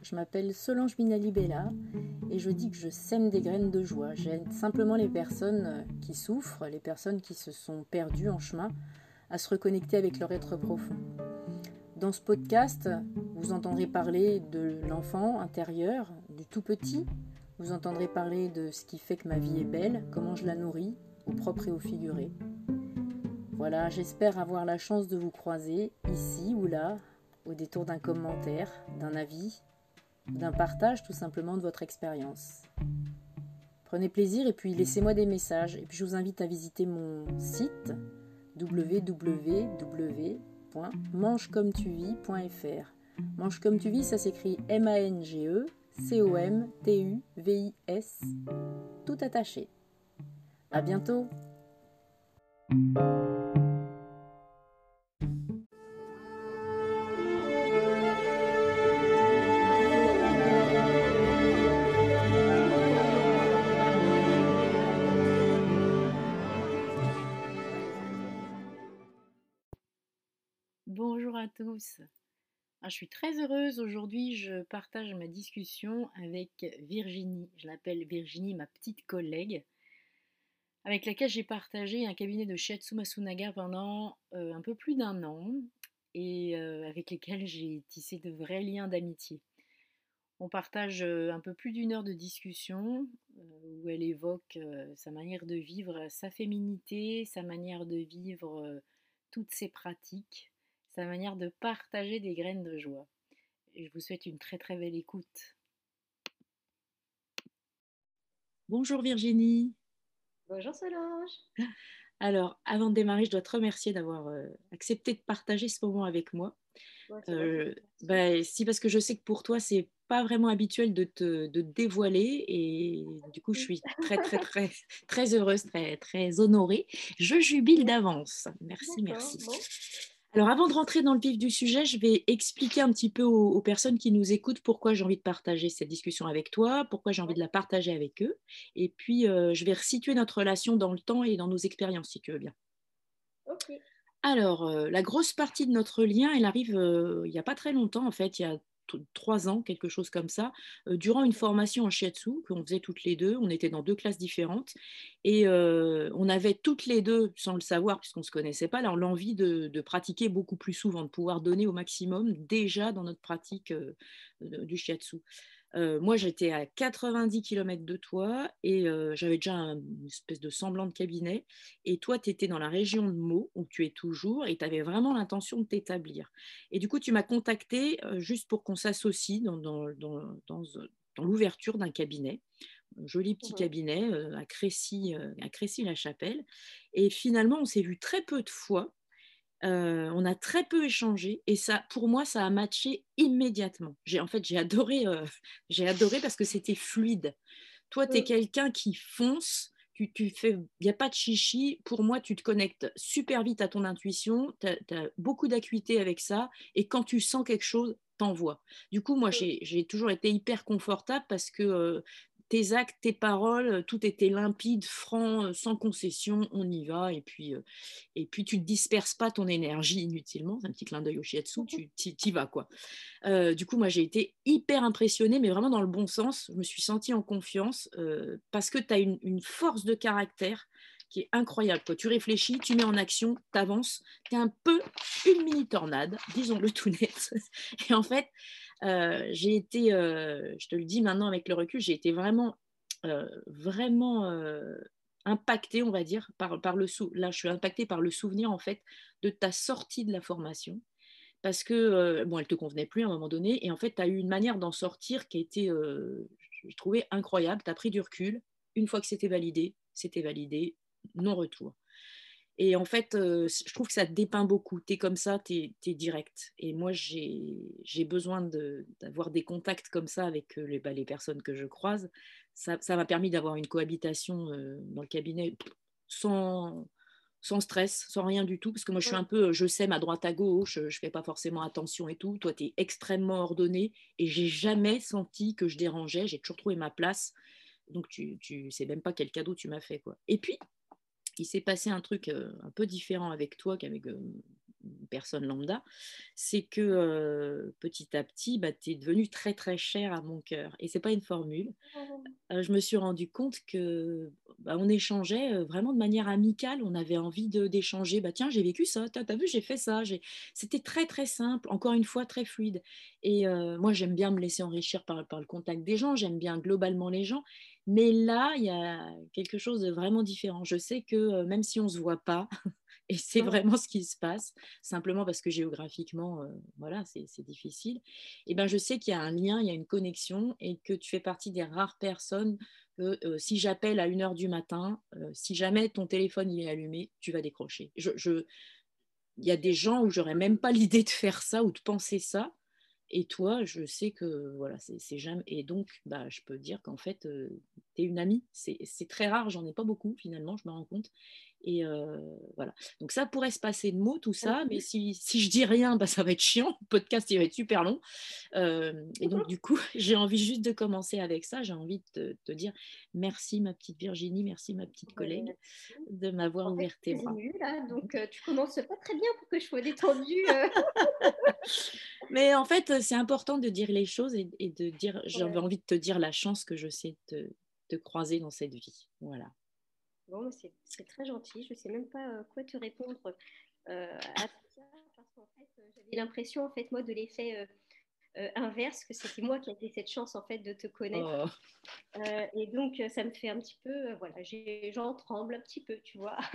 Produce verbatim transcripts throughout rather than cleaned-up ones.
je m'appelle Solange Binali-Bella et je dis que je sème des graines de joie. J'aide simplement les personnes qui souffrent, les personnes qui se sont perdues en chemin, à se reconnecter avec leur être profond. Dans ce podcast, vous entendrez parler de l'enfant intérieur, du tout petit. Vous entendrez parler de ce qui fait que ma vie est belle, comment je la nourris, au propre et au figuré. Voilà, j'espère avoir la chance de vous croiser, ici ou là, au détour d'un commentaire, d'un avis, d'un partage tout simplement de votre expérience. Prenez plaisir et puis laissez-moi des messages. Et puis je vous invite à visiter mon site w w w point mange comme tu vis point f r. Mange comme tu vis, ça s'écrit M A N G E C O M T U V I S, tout attaché. À bientôt. Bonjour à tous. Alors, je suis très heureuse aujourd'hui, je partage ma discussion avec Virginie. Je l'appelle Virginie, ma petite collègue, avec laquelle j'ai partagé un cabinet de Shiatsu Masunaga pendant euh, un peu plus d'un an et euh, avec lesquels j'ai tissé de vrais liens d'amitié. On partage euh, un peu plus d'une heure de discussion euh, où elle évoque euh, sa manière de vivre sa féminité, sa manière de vivre euh, toutes ses pratiques, sa manière de partager des graines de joie. Et je vous souhaite une très très belle écoute. Bonjour Virginie. Bonjour Solange. Alors, avant de démarrer, je dois te remercier d'avoir euh, accepté de partager ce moment avec moi. Ouais, c'est moi qui te Euh, remercie. bah, si, parce que je sais que pour toi, c'est pas vraiment habituel de te de te dévoiler et du coup, je suis très très très très heureuse, très très honorée. Je jubile d'avance. Merci, D'accord, merci. bon. Alors, avant de rentrer dans le vif du sujet, je vais expliquer un petit peu aux, aux personnes qui nous écoutent pourquoi j'ai envie de partager cette discussion avec toi, pourquoi j'ai envie Ouais, de la partager avec eux. Et puis, euh, je vais resituer notre relation dans le temps et dans nos expériences, si tu veux bien. ok. Alors, euh, la grosse partie de notre lien, elle arrive euh, il n'y a pas très longtemps, en fait, il y a t- trois ans, quelque chose comme ça, euh, durant une formation en shiatsu qu'on faisait toutes les deux. On était dans deux classes différentes et euh, on avait toutes les deux, sans le savoir, puisqu'on ne se connaissait pas, alors, l'envie de, de pratiquer beaucoup plus souvent, de pouvoir donner au maximum déjà dans notre pratique euh, du shiatsu. Euh, moi, j'étais à quatre-vingt-dix kilomètres de toi et euh, j'avais déjà un- une espèce de semblant de cabinet. Et toi, tu étais dans la région de Meaux, où tu es toujours, et tu avais vraiment l'intention de t'établir. Et du coup, tu m'as contacté euh, juste pour qu'on s'associe dans, dans, dans, dans, dans l'ouverture d'un cabinet, un joli petit Mhm. cabinet euh, à Crécy, euh, à Crécy-la-Chapelle. Et finalement, on s'est vu très peu de fois. Euh, on a très peu échangé et ça, pour moi, ça a matché immédiatement. J'ai, en fait, j'ai adoré, euh, j'ai adoré parce que c'était fluide. Toi, tu es Mm. quelqu'un qui fonce, tu, tu fais, il n'y a pas de chichi. Pour moi, tu te connectes super vite à ton intuition, tu as beaucoup d'acuité avec ça et quand tu sens quelque chose, t'envoies. Du coup, moi, Mm. j'ai j'ai toujours été hyper confortable parce que euh, tes actes, tes paroles, tout était limpide, franc, euh, sans concession, on y va et puis euh, et puis tu ne disperses pas ton énergie inutilement. C'est un petit clin d'œil au shiatsu, tu y vas quoi. Euh, du coup, moi j'ai été hyper impressionnée, mais vraiment dans le bon sens. Je me suis sentie en confiance euh, parce que tu as une, une force de caractère qui est incroyable. Quoi. Tu réfléchis, tu mets en action, tu avances, tu es un peu une mini tornade, disons-le tout net. Et en fait, euh, j'ai été, euh, je te le dis maintenant avec le recul, j'ai été vraiment, euh, vraiment euh, impactée, on va dire, par, par le sou là, je suis impactée par le souvenir en fait de ta sortie de la formation parce que, euh, bon, elle te convenait plus à un moment donné, et en fait, tu as eu une manière d'en sortir qui a été, euh, je trouvais, incroyable. Tu as pris du recul. Une fois que c'était validé, c'était validé, non retour. Et en fait, euh, je trouve que ça te dépeint beaucoup. Tu es comme ça, tu es direct. Et moi, j'ai besoin de- d'avoir des contacts comme ça avec euh, les, bah, les personnes que je croise. Ça m'a permis d'avoir une cohabitation euh, dans le cabinet sans, sans stress, sans rien du tout, parce que moi je suis Mm. un peu, je sème à droite à gauche, je ne fais pas forcément attention et tout. Toi, tu es extrêmement ordonné et j'ai jamais senti que je dérangeais, j'ai toujours trouvé ma place. Donc tu, tu sais même pas quel cadeau tu m'as fait quoi. Et puis il s'est passé un truc euh, un peu différent avec toi qu'avec euh, une personne lambda, c'est que euh, petit à petit, bah, tu es devenu très très cher à mon cœur. Et c'est pas une formule. Euh, je me suis rendu compte que bah, on échangeait euh, vraiment de manière amicale. On avait envie de, d'échanger. Bah, tiens, j'ai vécu ça. T'as, t'as vu, j'ai fait ça. J'ai... C'était très très simple. Encore une fois, très fluide. Et euh, moi, j'aime bien me laisser enrichir par, par le contact des gens. J'aime bien globalement les gens. Mais là, il y a quelque chose de vraiment différent. Je sais que euh, même si on ne se voit pas, et c'est vraiment ce qui se passe, simplement parce que géographiquement, euh, voilà, c'est, c'est difficile, et ben, je sais qu'il y a un lien, il y a une connexion, et que tu fais partie des rares personnes que euh, si j'appelle à une heure du matin, euh, si jamais ton téléphone il est allumé, tu vas décrocher. Je, je, il y a des gens où j'aurais même pas l'idée de faire ça ou de penser ça. Et toi, je sais que voilà, c'est, c'est jamais. Et donc, bah, je peux dire qu'en fait, euh, tu es une amie. C'est, c'est très rare, j'en ai pas beaucoup finalement, je me rends compte. Et euh, voilà. Donc, ça pourrait se passer de mots, tout ça, mais si, si je dis rien, bah, ça va être chiant. Le podcast, il va être super long. Euh, et donc, du coup, j'ai envie juste de commencer avec ça. J'ai envie de te, te dire merci, ma petite Virginie, merci, ma petite collègue, de m'avoir En fait, ouvert tes je suis bras. émue, là, donc euh, tu commences pas très bien pour que je sois détendue. euh. Mais en fait, c'est important de dire les choses et, et de dire, j'avais Ouais. envie de te dire la chance que je sais te, te croiser dans cette vie. Voilà. Bon, bah, c'est c'est très gentil. Je sais même pas euh, quoi te répondre euh, à tout ça, parce qu'en fait, euh, j'avais l'impression, en fait, moi, de l'effet euh, euh, inverse, que c'était moi qui avais cette chance, en fait, de te connaître. Oh, Euh, et donc, euh, ça me fait un petit peu, euh, voilà, j'ai, j'en tremble un petit peu, tu vois.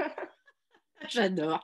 j'adore.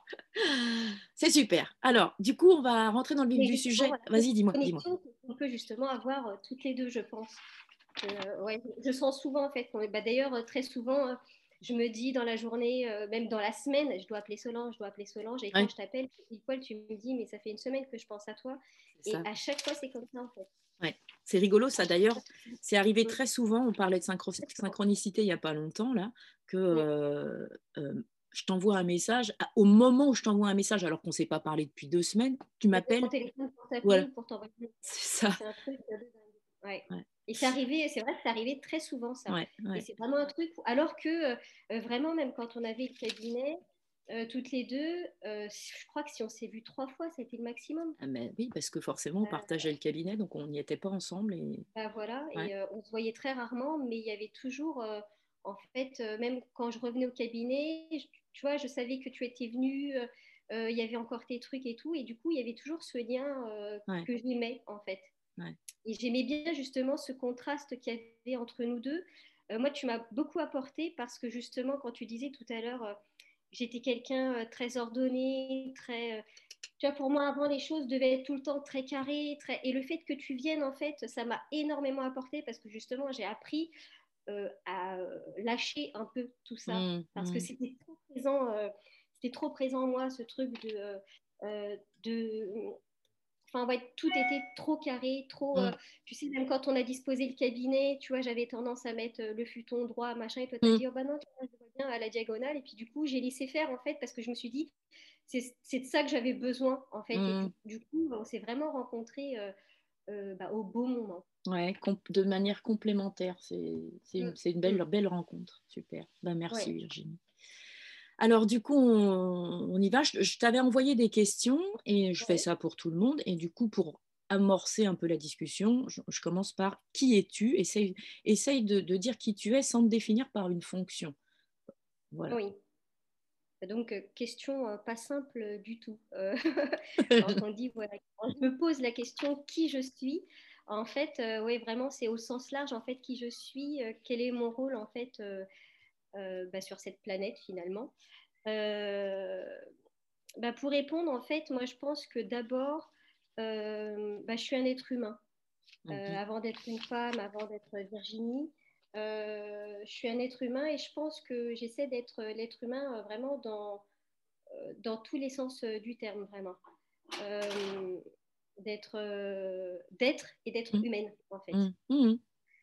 C'est super. Alors, du coup, on va rentrer dans le vif Mais du justement, sujet. voilà, c'est Vas-y, cette dis-moi, dis-moi. connexion qu'on peut justement avoir euh, toutes les deux, je pense. Euh, ouais, je sens souvent, en fait, qu'on- bah, d'ailleurs, euh, très souvent, euh, je me dis dans la journée, euh, même dans la semaine, je dois appeler Solange, je dois appeler Solange, et quand Ouais, je t'appelle, pile poil, tu me dis, mais ça fait une semaine que je pense à toi, c'est et ça. à chaque fois, c'est comme ça, en fait. Ouais. C'est rigolo, À ça chaque d'ailleurs. fois. C'est arrivé Mm. très souvent. On parlait de synchro- synchronicité il n'y a pas longtemps, là, que Mm. euh, euh, je t'envoie un message. À- Au moment où je t'envoie un message, alors qu'on ne s'est pas parlé depuis deux semaines, tu Et m'appelles. ton téléphone pour t'appeler Voilà, ou pour t'envoyer un message. c'est ça. C'est un truc de dingue. Ouais. Ouais, Et c'est arrivé, c'est vrai que c'est arrivé très souvent ça. ouais, Et ouais. c'est vraiment un truc, où- alors que euh, vraiment, même quand on avait le cabinet, euh, toutes les deux, euh, je crois que si on s'est vu trois fois, c'était le maximum. Ah, mais oui, parce que forcément, on Euh, partageait le cabinet, donc on n'y était pas ensemble. Et... bah, voilà, Ouais, et euh, on se voyait très rarement, mais il y avait toujours, euh, en fait, euh, même quand je revenais au cabinet, je- tu vois, je savais que tu étais venu, euh, euh, il y avait encore tes trucs et tout, et du coup, il y avait toujours ce lien euh, ouais, que j'aimais, en fait. ouais. Et j'aimais bien justement ce contraste qu'il y avait entre nous deux. Euh, moi, tu m'as beaucoup apporté parce que justement, quand tu disais tout à l'heure, euh, j'étais quelqu'un euh, très ordonné, très... euh, tu vois, pour moi, avant, les choses devaient être tout le temps très carrées. Très... Et le fait que tu viennes, en fait, ça m'a énormément apporté parce que justement, j'ai appris euh, à euh, lâcher un peu tout ça. Mm, Parce que mm, c'était trop présent, euh, c'était trop présent en moi, ce truc de... euh, euh, de Enfin, ouais, tout était trop carré, trop. euh, mm, tu sais, même quand on a disposé le cabinet, tu vois, j'avais tendance à mettre euh, le futon droit, machin, et toi, t'as mm, dit, oh bah non, tu vois, je vois bien à la diagonale. Et puis, du coup, j'ai laissé faire, en fait, parce que je me suis dit, c'est c'est de ça que j'avais besoin, en fait. Et du, mm. du coup, on s'est vraiment rencontrés euh, euh, bah, au beau moment. Ouais, com- de manière complémentaire. C'est c'est Mm, une, c'est une mm. belle, belle rencontre. Super. Ben, merci, Ouais, Virginie. Alors, du coup, on, on y va. Je, je t'avais envoyé des questions et je fais ouais. ça pour tout le monde. Et du coup, pour amorcer un peu la discussion, je, je commence par qui es-tu? Essaye, essaye de, de dire qui tu es sans te définir par une fonction. Voilà. Oui. Donc, euh, question euh, pas simple euh, du tout. Euh, quand on dit, voilà, quand je me pose la question qui je suis, en fait, euh, oui, vraiment, c'est au sens large, en fait, qui je suis, euh, quel est mon rôle, en fait, euh, euh, bah, sur cette planète, finalement. Euh, bah, pour répondre, en fait, moi, je pense que d'abord, euh, bah, je suis un être humain. Euh, Mhm. avant d'être une femme, avant d'être Virginie, euh, je suis un être humain et je pense que j'essaie d'être l'être humain euh, vraiment dans euh, dans tous les sens euh, du terme, vraiment. Euh, d'être, euh, d'être et d'être Mhm. humaine, en fait. Mhm. Mhm.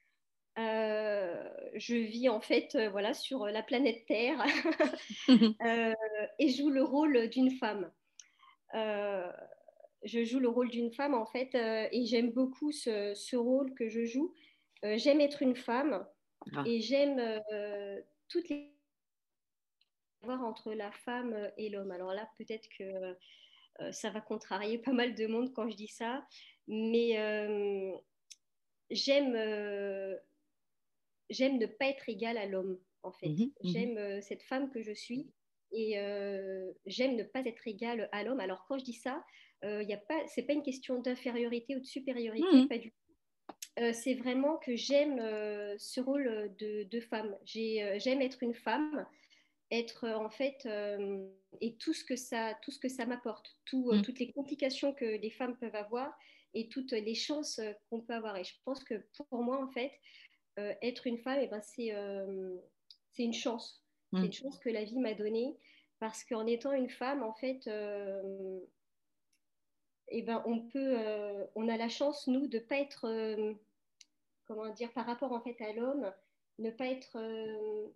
Euh, je vis en fait euh, voilà, sur la planète Terre euh, et joue le rôle d'une femme. Euh, je joue le rôle d'une femme en fait euh, et j'aime beaucoup ce, ce, rôle que je joue. Euh, j'aime être une femme Ah, et j'aime euh, toutes les voir entre la femme et l'homme. Alors là, peut-être que euh, ça va contrarier pas mal de monde quand je dis ça, mais euh, j'aime euh, j'aime ne pas être égale à l'homme, en fait. Mhm, mhm, J'aime euh, cette femme que je suis et euh, j'aime ne pas être égale à l'homme. Alors quand je dis ça, euh, y a pas, c'est pas une question d'infériorité ou de supériorité, mhm, pas du tout. Euh, c'est vraiment que j'aime euh, ce rôle de, de femme. J'ai, euh, j'aime être une femme, être euh, en fait euh, et tout ce que ça, tout ce que ça m'apporte, tout, euh, mhm, toutes les complications que les femmes peuvent avoir et toutes les chances euh, qu'on peut avoir. Et je pense que pour moi, en fait, euh, être une femme, eh ben, c'est euh, c'est une chance. C'est mhm. une chance que la vie m'a donnée parce qu'en étant une femme, en fait, euh, eh ben, on peut, euh, on a la chance, nous, de ne pas être, euh, comment dire, par rapport en fait à l'homme, ne pas être euh,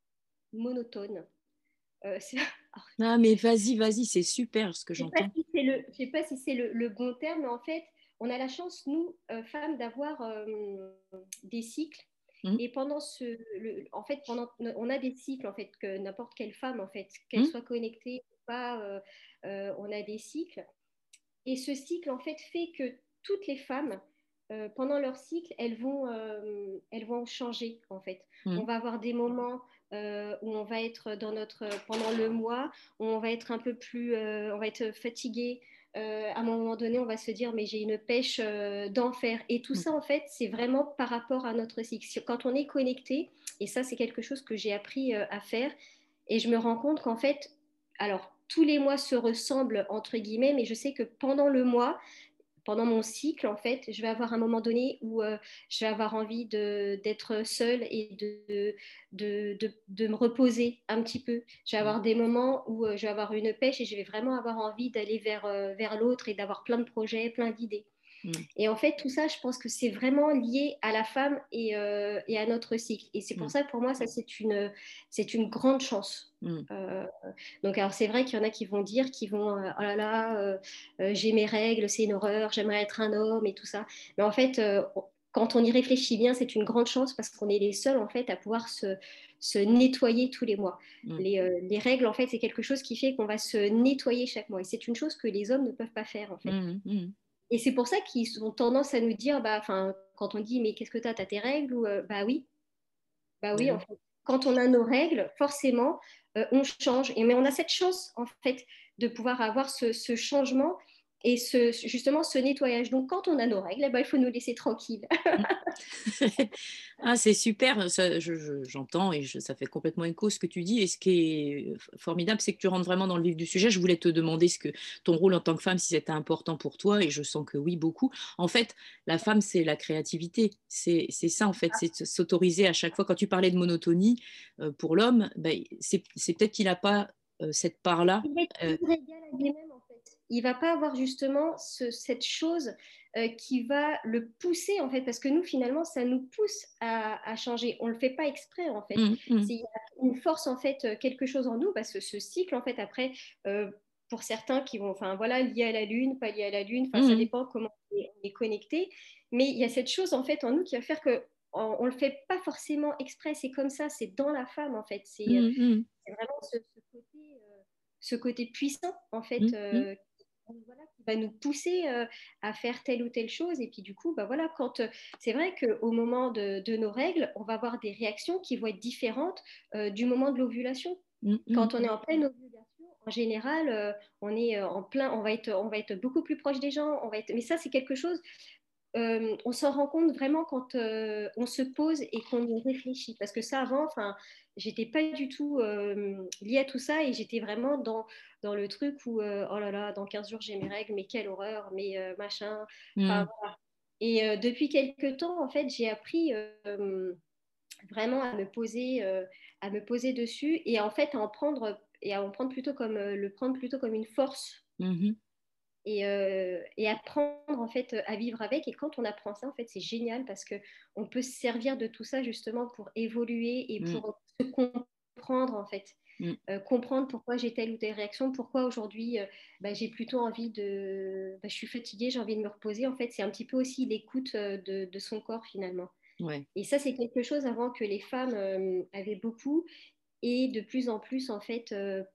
monotone. Euh, c'est- alors, Ah, mais vas-y, vas-y, c'est super ce que je ne sais pas j'entends. si c'est le, je sais pas si c'est le, le bon terme, mais en fait, on a la chance, nous, euh, femmes, d'avoir euh, des cycles. Mhm, Et pendant ce, le- en fait, pendant, on a des cycles, en fait, que n'importe quelle femme, en fait, qu'elle mhm, soit connectée ou pas, euh, euh, on a des cycles. Et ce cycle, en fait, fait que toutes les femmes, euh, pendant leur cycle, elles vont, euh, elles vont changer, en fait. On mhm, va avoir des moments euh, où on va être dans notre, pendant le mois, où on va être un peu plus, euh, on va être fatigué. Euh, à un moment donné, on va se dire, mais j'ai une pêche euh, d'enfer. Et tout mhm, ça, en fait, c'est vraiment par rapport à notre cycle. Quand on est connecté, et ça, c'est quelque chose que j'ai appris euh, à faire, et je me rends compte qu'en fait, alors, tous les mois se ressemblent, entre guillemets, mais je sais que pendant le mois, pendant mon cycle, en fait, je vais avoir un moment donné où euh, je vais avoir envie de, d'être seule et de, de, de, de, me reposer un petit peu. Je vais avoir des moments où euh, je vais avoir une pêche et je vais vraiment avoir envie d'aller vers, euh, vers l'autre et d'avoir plein de projets, plein d'idées. mhm, Et en fait, tout ça, je pense que c'est vraiment lié à la femme et, euh, et à notre cycle. Et c'est pour mhm, ça, pour moi, ça, c'est une, c'est une grande chance. mhm. Euh, donc, alors c'est vrai qu'il y en a qui vont dire, qui vont, euh, oh là là, euh, euh, j'ai mes règles, c'est une horreur, j'aimerais être un homme et tout ça. Mais en fait, euh, quand on y réfléchit bien, c'est une grande chance parce qu'on est les seuls en fait à pouvoir se, se nettoyer tous les mois. Mhm, Les, euh, les règles, en fait, c'est quelque chose qui fait qu'on va se nettoyer chaque mois. Et c'est une chose que les hommes ne peuvent pas faire, en fait. mhm, mhm. Et c'est pour ça qu'ils ont tendance à nous dire, bah, quand on dit, mais qu'est-ce que tu as, t'as tes règles ou, euh, bah oui, bah Ben oui, en oui. fait. Quand on a nos règles, forcément, euh, on change. Et, mais on a cette chance, en fait, de pouvoir avoir ce, ce changement et ce, justement ce nettoyage. Donc, quand on a nos règles, eh ben, il faut nous laisser tranquilles. Ah, c'est super, ça, je- je- j'entends et je- ça fait complètement écho ce que tu dis. Et ce qui est formidable, c'est que tu rentres vraiment dans le vif du sujet. Je voulais te demander ce que ton rôle en tant que femme, si c'était important pour toi, et je sens que oui, beaucoup. En fait, la femme, c'est la créativité. C'est c'est ça, en fait, c'est de s'autoriser à chaque fois. Quand tu parlais de monotonie euh, pour l'homme, ben, c'est c'est peut-être qu'il n'a pas euh, cette part-là. Il va être Euh, toujours égal à lui-même, en fait. Il va pas avoir justement ce- cette chose euh, qui va le pousser, en fait, parce que nous, finalement, ça nous pousse à, à changer. On le fait pas exprès, en fait. hum, hum, C'est il y a une force, en fait, euh, quelque chose en nous, parce que ce cycle, en fait, après, euh, pour certains qui vont, enfin, voilà, lié à la Lune, pas lié à la Lune, enfin, ça hum, dépend comment on est, on est connecté, mais il y a cette chose, en fait, en nous qui va faire que on, on le fait pas forcément exprès, c'est comme ça, c'est dans la femme, en fait. C'est euh, hum, hum, c'est vraiment ce, ce côté, euh, ce côté puissant, en fait, hum, hum, euh, voilà, qui va nous pousser euh, à faire telle ou telle chose. Et puis du coup, bah voilà, quand euh, c'est vrai qu'au moment de, de, nos règles, on va avoir des réactions qui vont être différentes euh, du moment de l'ovulation. hum, hum, Quand on est en pleine ovulation, en général, euh, on est euh, en plein, on va être, on va être beaucoup plus proche des gens. On va être, mais ça, c'est quelque chose. Euh, on s'en rend compte vraiment quand euh, on se pose et qu'on y réfléchit. Parce que ça, avant, enfin, j'étais pas du tout euh, liée à tout ça et j'étais vraiment dans, dans le truc où, euh, oh là là, dans quinze jours, j'ai mes règles, mais quelle horreur, mais euh, machin. Enfin, hum. voilà. Et euh, depuis quelques temps, en fait, j'ai appris euh, vraiment à me poser, euh, à me poser dessus et en fait à en prendre et à en prendre plutôt comme euh, le prendre plutôt comme une force Mhm. et, euh, et apprendre en fait à vivre avec. Et quand on apprend ça, en fait, c'est génial parce que on peut se servir de tout ça justement pour évoluer et Mm, pour se comprendre en fait. mm, Euh, comprendre pourquoi j'ai telle ou telle réaction, pourquoi aujourd'hui euh, bah, j'ai plutôt envie de... Bah, je suis fatiguée, j'ai envie de me reposer. En fait, c'est un petit peu aussi l'écoute euh, de, de son corps finalement. ouais. Et ça, c'est quelque chose avant que les femmes euh, avaient beaucoup et de plus en plus en fait euh,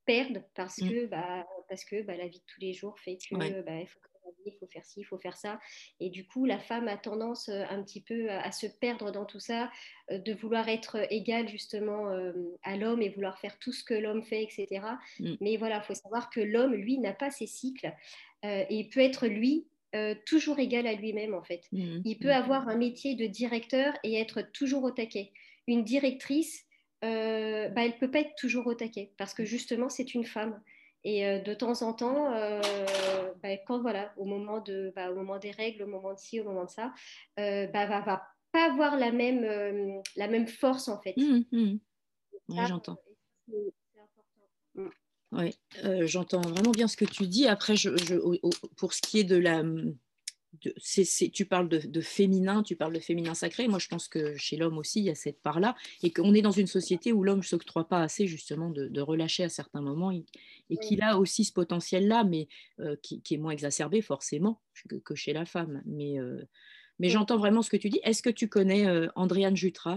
perdent parce Mm. que, bah, parce que bah, la vie de tous les jours fait que Ouais. bah, il faut il faut faire ci, il faut faire ça. Et du coup, la femme a tendance euh, un petit peu à, à se perdre dans tout ça, euh, de vouloir être égale justement euh, à l'homme et vouloir faire tout ce que l'homme fait, et cetera. Mm. Mais voilà, il faut savoir que l'homme, lui, n'a pas ces cycles euh, et il peut être, lui, euh, toujours égal à lui-même, en fait. Mm. Il peut Mm. avoir un métier de directeur et être toujours au taquet. Une directrice, euh, bah, elle ne peut pas être toujours au taquet parce que justement, c'est une femme. Et euh, de temps en temps, euh, bah, quand voilà, au moment de, bah, au moment des règles, au moment de ci, au moment de ça, euh, bah, va, va pas avoir la même, euh, la même force en fait. Mm. Mm. Ouais, Ça, j'entends. euh, c'est important. Mm. Ouais, euh, j'entends vraiment bien ce que tu dis. Après, je, je, au- au- pour ce qui est de la, de- c'est- c'est- tu parles de, de féminin, tu parles de féminin sacré. Moi, je pense que chez l'homme aussi, il y a cette part-là, et qu'on est dans une société où l'homme ne s'octroie pas assez justement de, de relâcher à certains moments, et, et Oui, qu'il a aussi ce potentiel-là, mais euh, qui, qui est moins exacerbé forcément que, que chez la femme. Mais, euh, mais oui. j'entends vraiment ce que tu dis. Est-ce que tu connais euh, Andréane Jutras?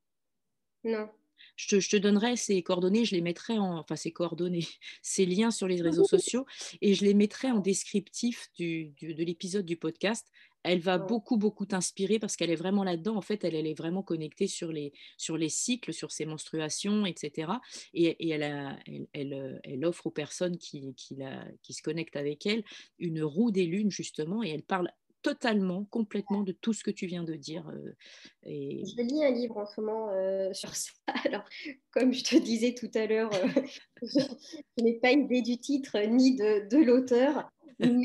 Non. Je te, je te donnerai ses coordonnées, je les mettrai en, enfin ses coordonnées, ses liens sur les réseaux sociaux, et je les mettrai en descriptif du, du- de l'épisode du podcast. Elle va Ouais. beaucoup, beaucoup t'inspirer parce qu'elle est vraiment là-dedans. En fait, elle, elle est vraiment connectée sur les, sur les cycles, sur ses menstruations, et cetera. Et, et elle, a- elle, elle, euh, elle offre aux personnes qui, qui, la- qui se connectent avec elle une roue des lunes, justement, et elle parle totalement, complètement de tout ce que tu viens de dire. euh, et... Je lis un livre en ce moment euh, sur ça. Alors, comme je te disais tout à l'heure, euh, je, je n'ai pas idée du titre ni de, de l'auteur, mais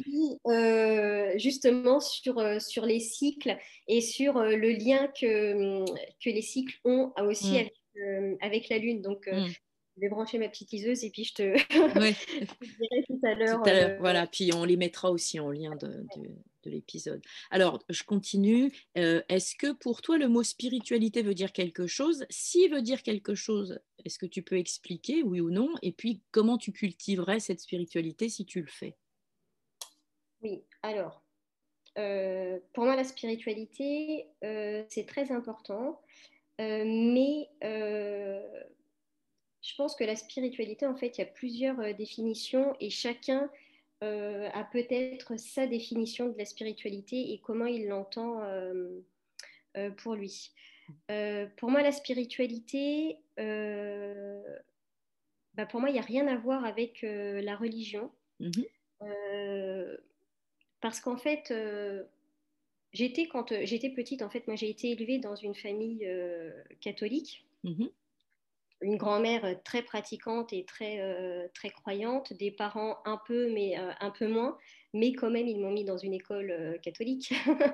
euh, justement sur, euh, sur les cycles et sur euh, le lien que, que les cycles ont aussi Mm, avec, euh, avec la Lune. Donc, euh, mm. je vais brancher ma petite liseuse et puis je te, Ouais. je te dirai tout à Tout l'heure. à l'heure, Le... voilà. Puis on les mettra aussi en lien de, de- de l'épisode. Alors, je continue. Euh, est-ce que pour toi, le mot spiritualité veut dire quelque chose? S'il veut dire quelque chose, est-ce que tu peux expliquer, oui ou non? Et puis, comment tu cultiverais cette spiritualité si tu le fais? Oui, alors, euh, pour moi, la spiritualité, euh, c'est très important. Euh, mais euh, je pense que la spiritualité, en fait, il y a plusieurs euh, définitions et chacun euh, a peut-être sa définition de la spiritualité et comment il l'entend euh, euh, pour lui. Euh, pour moi, la spiritualité, euh, bah, pour moi, il n'y a rien à voir avec euh, la religion. Mhm, Euh, parce qu'en fait, euh, j'étais quand euh, j'étais petite, en fait, moi j'ai été élevée dans une famille euh, catholique. mhm, Une grand-mère euh, très pratiquante et très, euh, très croyante, des parents un peu, mais euh, un peu moins, mais quand même, ils m'ont mis dans une école euh, catholique.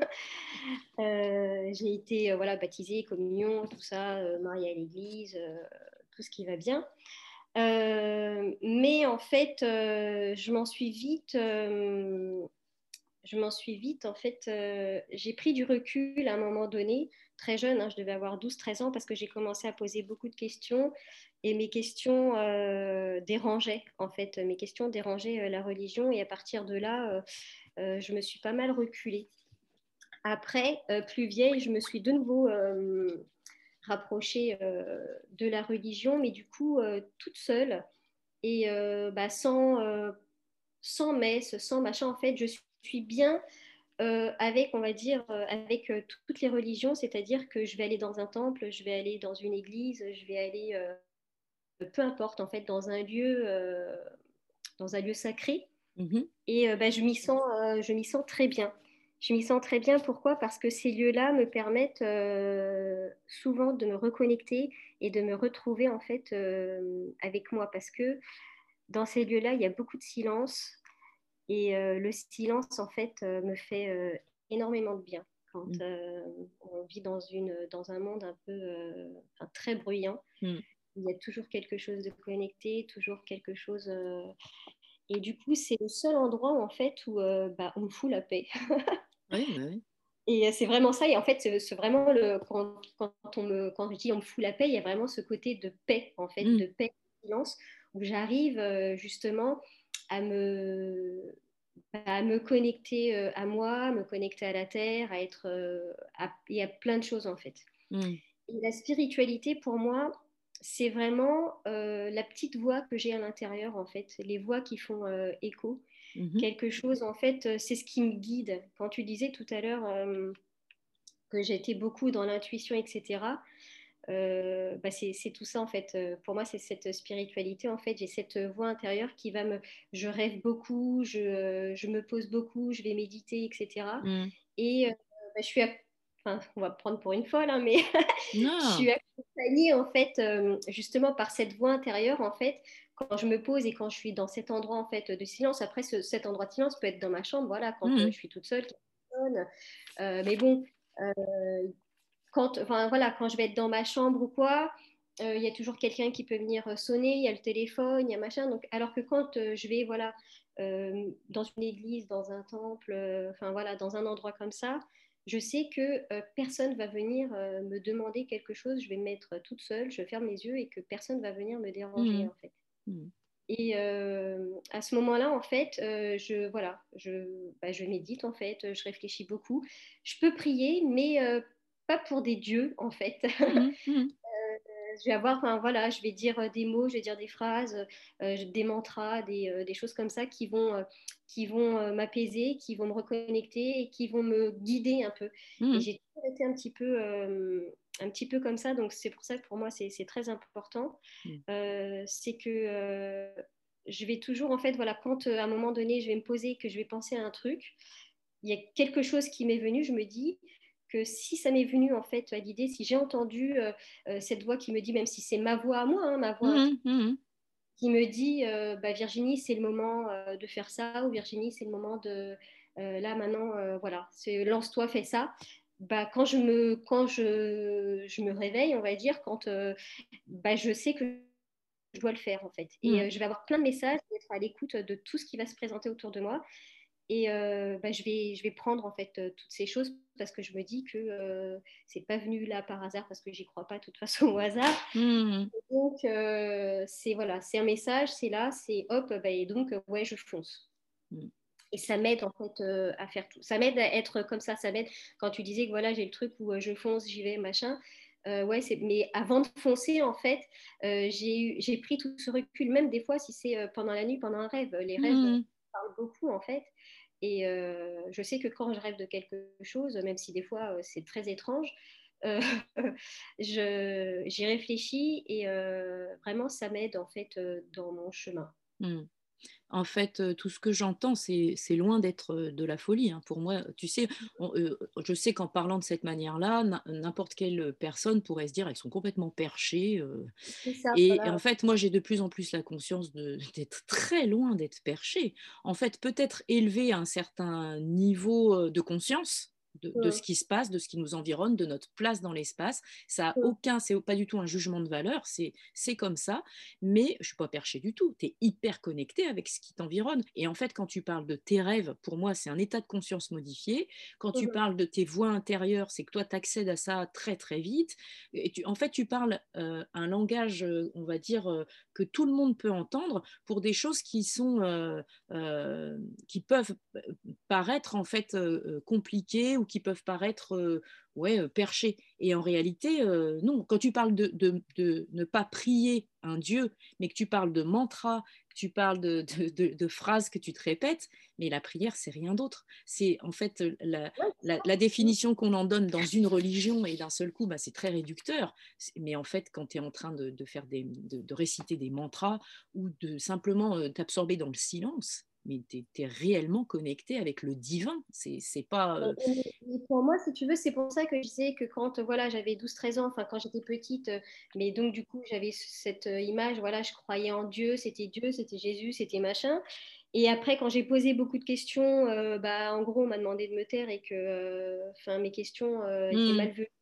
Euh, j'ai été euh, voilà, baptisée, communion, tout ça, euh, mariée à l'église, euh, tout ce qui va bien. Euh, mais en fait, euh, je m'en suis vite, euh, je m'en suis vite, en fait, euh, j'ai pris du recul à un moment donné, très jeune, hein, je devais avoir douze treize ans, parce que j'ai commencé à poser beaucoup de questions, et mes questions euh, dérangeaient, en fait, mes questions dérangeaient euh, la religion, et à partir de là, euh, euh, je me suis pas mal reculée. Après, euh, plus vieille, je me suis de nouveau euh, rapprochée euh, de la religion, mais du coup, euh, toute seule, et euh, bah, sans, euh, sans messe, sans machin, en fait, je suis bien euh, avec, on va dire, euh, avec euh, toutes les religions, c'est-à-dire que je vais aller dans un temple, je vais aller dans une église, je vais aller, euh, peu importe, en fait, dans un lieu, euh, dans un lieu sacré, mhm, et euh, bah, je m'y sens, euh, je m'y sens très bien. Je m'y sens très bien, pourquoi? Parce que ces lieux-là me permettent euh, souvent de me reconnecter et de me retrouver, en fait, euh, avec moi, parce que dans ces lieux-là, il y a beaucoup de silence, et euh, le silence, en fait, euh, me fait euh, énormément de bien quand mhm, euh, on vit dans, une, dans un monde un peu euh, enfin, très bruyant. mhm. Il y a toujours quelque chose de connecté, toujours quelque chose. euh, Et du coup, c'est le seul endroit en fait où euh, bah, on me fout la paix. Oui, bah oui. Et euh, c'est vraiment ça. Et en fait, c'est c'est vraiment le quand, quand on me quand je dis on me fout la paix, il y a vraiment ce côté de paix en fait, Mhm, de paix, de silence, où j'arrive euh, justement à me à me connecter euh, à moi, à me connecter à la terre, à être, euh, à- il y a plein de choses en fait. mhm, Et la spiritualité pour moi, c'est vraiment euh, la petite voix que j'ai à l'intérieur, en fait, les voix qui font euh, écho. Mhm. Quelque chose, en fait, euh, c'est ce qui me guide. Quand tu disais tout à l'heure euh, que j'étais beaucoup dans l'intuition, et cetera, euh, bah c'est, c'est tout ça, en fait. Euh, Pour moi, c'est cette spiritualité, en fait. J'ai cette voix intérieure qui va me... Je rêve beaucoup, je, euh, je me pose beaucoup, je vais méditer, et cetera. Mhm. Et euh, bah, je suis... ac- Enfin, on va me prendre pour une folle, hein, mais je Non. suis accompagnée en fait euh, justement par cette voix intérieure en fait quand je me pose et quand je suis dans cet endroit en fait de silence. Après ce- cet endroit de silence peut être dans ma chambre, voilà, quand euh, Mhm. je suis toute seule, qu'il y a personne. Euh, mais bon, euh, quand, enfin, voilà, quand je vais être dans ma chambre ou quoi, euh, il y a toujours quelqu'un qui peut venir euh, sonner, il y a le téléphone, il y a machin. Donc, alors que quand euh, je vais voilà, euh, dans une église, dans un temple, euh, enfin voilà, dans un endroit comme ça, je sais que euh, personne va venir euh, me demander quelque chose. Je vais me mettre toute seule, je ferme les yeux et que personne va venir me déranger Mhm. en fait. Mhm. Et euh, à ce moment-là, en fait, euh, je, voilà, je, bah, je médite, en fait, je réfléchis beaucoup. Je peux prier, mais euh, pas pour des dieux, en fait. Mhm. Mhm. Je vais avoir, enfin, voilà, je vais dire euh, des mots, je vais dire des phrases, euh, des mantras, des, euh, des choses comme ça qui vont, euh, qui vont euh, m'apaiser, qui vont me reconnecter et qui vont me guider un peu. Et Mhm. j'ai toujours été un petit peu, euh, un petit peu comme ça, donc c'est pour ça que pour moi, c'est c'est très important. Mhm. Euh, c'est que euh, je vais toujours, en fait, voilà, quand euh, à un moment donné, je vais me poser, que je vais penser à un truc, il y a quelque chose qui m'est venu, je me dis que si ça m'est venu en fait à l'idée, si j'ai entendu euh, euh, cette voix qui me dit, même si c'est ma voix à moi, hein, ma voix Mhm. Mhm. qui me dit, euh, bah, Virginie, c'est le moment euh, de faire ça, ou Virginie, c'est le moment de, euh, là maintenant, euh, voilà, c'est lance-toi, fais ça. Bah, quand je me, quand je, je me réveille, on va dire, quand euh, bah, je sais que je dois le faire en fait. Et Mhm. euh, je vais avoir plein de messages, je vais être à l'écoute de tout ce qui va se présenter autour de moi. Et euh, bah, je vais, je vais prendre en fait euh, toutes ces choses parce que je me dis que euh, c'est pas venu là par hasard parce que j'y crois pas de toute façon au hasard. Mhm. Donc euh, c'est voilà, c'est un message, c'est là, c'est hop, bah, et donc euh, ouais, je fonce. Mhm. Et ça m'aide en fait euh, à faire tout. Ça m'aide à être comme ça. Ça m'aide quand tu disais que voilà, j'ai le truc où euh, je fonce, j'y vais, machin. Euh, ouais, c'est... Mais avant de foncer, en fait, euh, j'ai eu... j'ai pris tout ce recul, même des fois si c'est euh, pendant la nuit, pendant un rêve. Les rêves euh, Mhm. parlent beaucoup en fait. Et euh, je sais que quand je rêve de quelque chose, même si des fois euh, c'est très étrange, euh, je... j'y réfléchis et euh, vraiment ça m'aide en fait euh, dans mon chemin. Mhm. En fait, euh, tout ce que j'entends, c'est c'est loin d'être euh, de la folie, hein. Pour moi, tu sais, on- euh, je sais qu'en parlant de cette manière-là, n'im- n'importe quelle personne pourrait se dire elles sont complètement perchées. euh. C'est ça, Et, et en voilà. fait, moi, j'ai de plus en plus la conscience de- d'être très loin d'être perché. En fait, peut-être élevé à un certain niveau euh, de conscience. De, de ce Mm. qui se passe, de ce qui nous environne, de notre place dans l'espace. Ça a Mm. aucun, c'est pas du tout un jugement de valeur, c'est c'est comme ça. Mais je suis pas perché du tout. Tu es hyper connecté avec ce qui t'environne. Et en fait, quand tu parles de tes rêves, pour moi, c'est un état de conscience modifié. Quand tu Mhm. parles de tes voix intérieures, c'est que toi, tu accèdes à ça très, très vite. Et tu, en fait, tu parles euh, un langage, euh, on va dire, euh, que tout le monde peut entendre pour des choses qui sont, euh, euh, qui peuvent paraître en fait euh, compliquées ou qui peuvent paraître euh, ouais, euh, perchées. Et en réalité, euh, non. Quand tu parles de, de, de, ne pas prier un Dieu, mais que tu parles de mantra, que tu parles de, de, de, de phrases que tu te répètes, mais la prière, c'est rien d'autre. C'est en fait la, Ouais, la, la définition qu'on en donne dans une religion et d'un seul coup, bah, c'est très réducteur. Mais en fait, quand tu es en train de, de faire des, de, de, réciter des mantras ou de simplement euh, t'absorber dans le silence, mais tu es, réellement connecté avec le divin. C'est pas. Euh... Et pour moi, si tu veux, c'est pour ça que je disais que quand voilà, j'avais douze treize ans, enfin quand j'étais petite, euh, mais donc du coup j'avais cette euh, image, voilà, je croyais en Dieu, c'était Dieu, c'était Jésus, c'était machin. Et après, quand j'ai posé beaucoup de questions, euh, bah, en gros, on m'a demandé de me taire et que euh, enfin, mes questions euh, étaient Hmm, mal vues.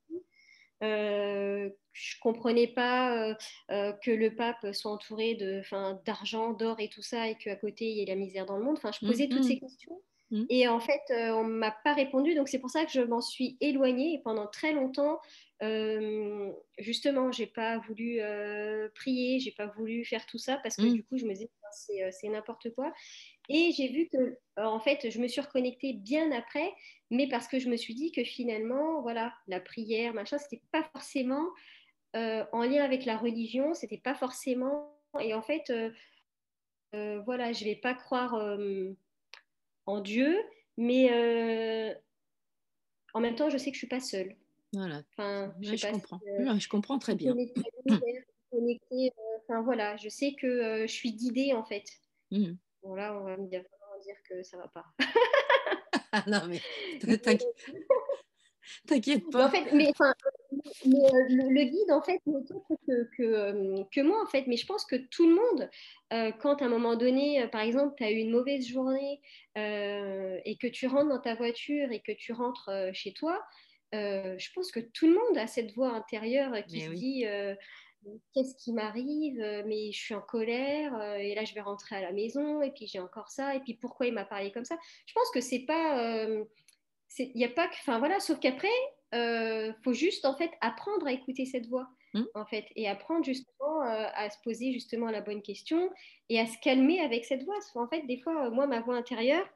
Euh, je comprenais pas euh, euh, que le pape soit entouré de, enfin, d'argent, d'or et tout ça, et qu'à côté il y ait la misère dans le monde. Enfin, je hmm, posais toutes hmm, ces questions. hmm, Et en fait, euh, on ne m'a pas répondu. Donc, c'est pour ça que je m'en suis éloignée. Et pendant très longtemps, euh, justement, j'ai pas voulu euh, prier, j'ai pas voulu faire tout ça parce que hmm, du coup, je me disais, c'est, euh, c'est n'importe quoi. Et j'ai vu que, euh, en fait, je me suis reconnectée bien après, mais parce que je me suis dit que finalement, voilà, la prière, machin, c'était pas forcément euh, en lien avec la religion, c'était pas forcément. Et en fait, euh, euh, voilà, je vais pas croire euh, en Dieu, mais euh, en même temps, je sais que je suis pas seule. Voilà. Enfin, je Ouais, sais je pas si comprends. euh, Ouais, je comprends je très suis bien. connectée à l'univers, connectée. euh, Enfin voilà, je sais que euh, je suis guidée en fait. Mhm. Bon là, on va me dire, vraiment dire que ça va pas. Ah non, mais Mais, t'inquiète t'inquiète mais en pas. fait, mais enfin, mais, euh, le, le guide en fait n'est autre que, que, euh, que moi en fait. Mais je pense que tout le monde, euh, quand à un moment donné, euh, par exemple, tu as eu une mauvaise journée euh, et que tu rentres dans ta voiture et que tu rentres euh, chez toi, euh, je pense que tout le monde a cette voix intérieure qui Mais se oui. dit euh, qu'est-ce qui m'arrive? Euh, Mais je suis en colère euh, et là je vais rentrer à la maison et puis j'ai encore ça et puis pourquoi il m'a parlé comme ça? Je pense que c'est pas, euh, c'est, y a pas que, enfin voilà, sauf qu'après euh, faut juste en fait apprendre à écouter cette voix Hmm. en fait et apprendre justement euh, à se poser justement la bonne question et à se calmer avec cette voix. Parce qu'en fait, des fois, euh, moi, ma voix intérieure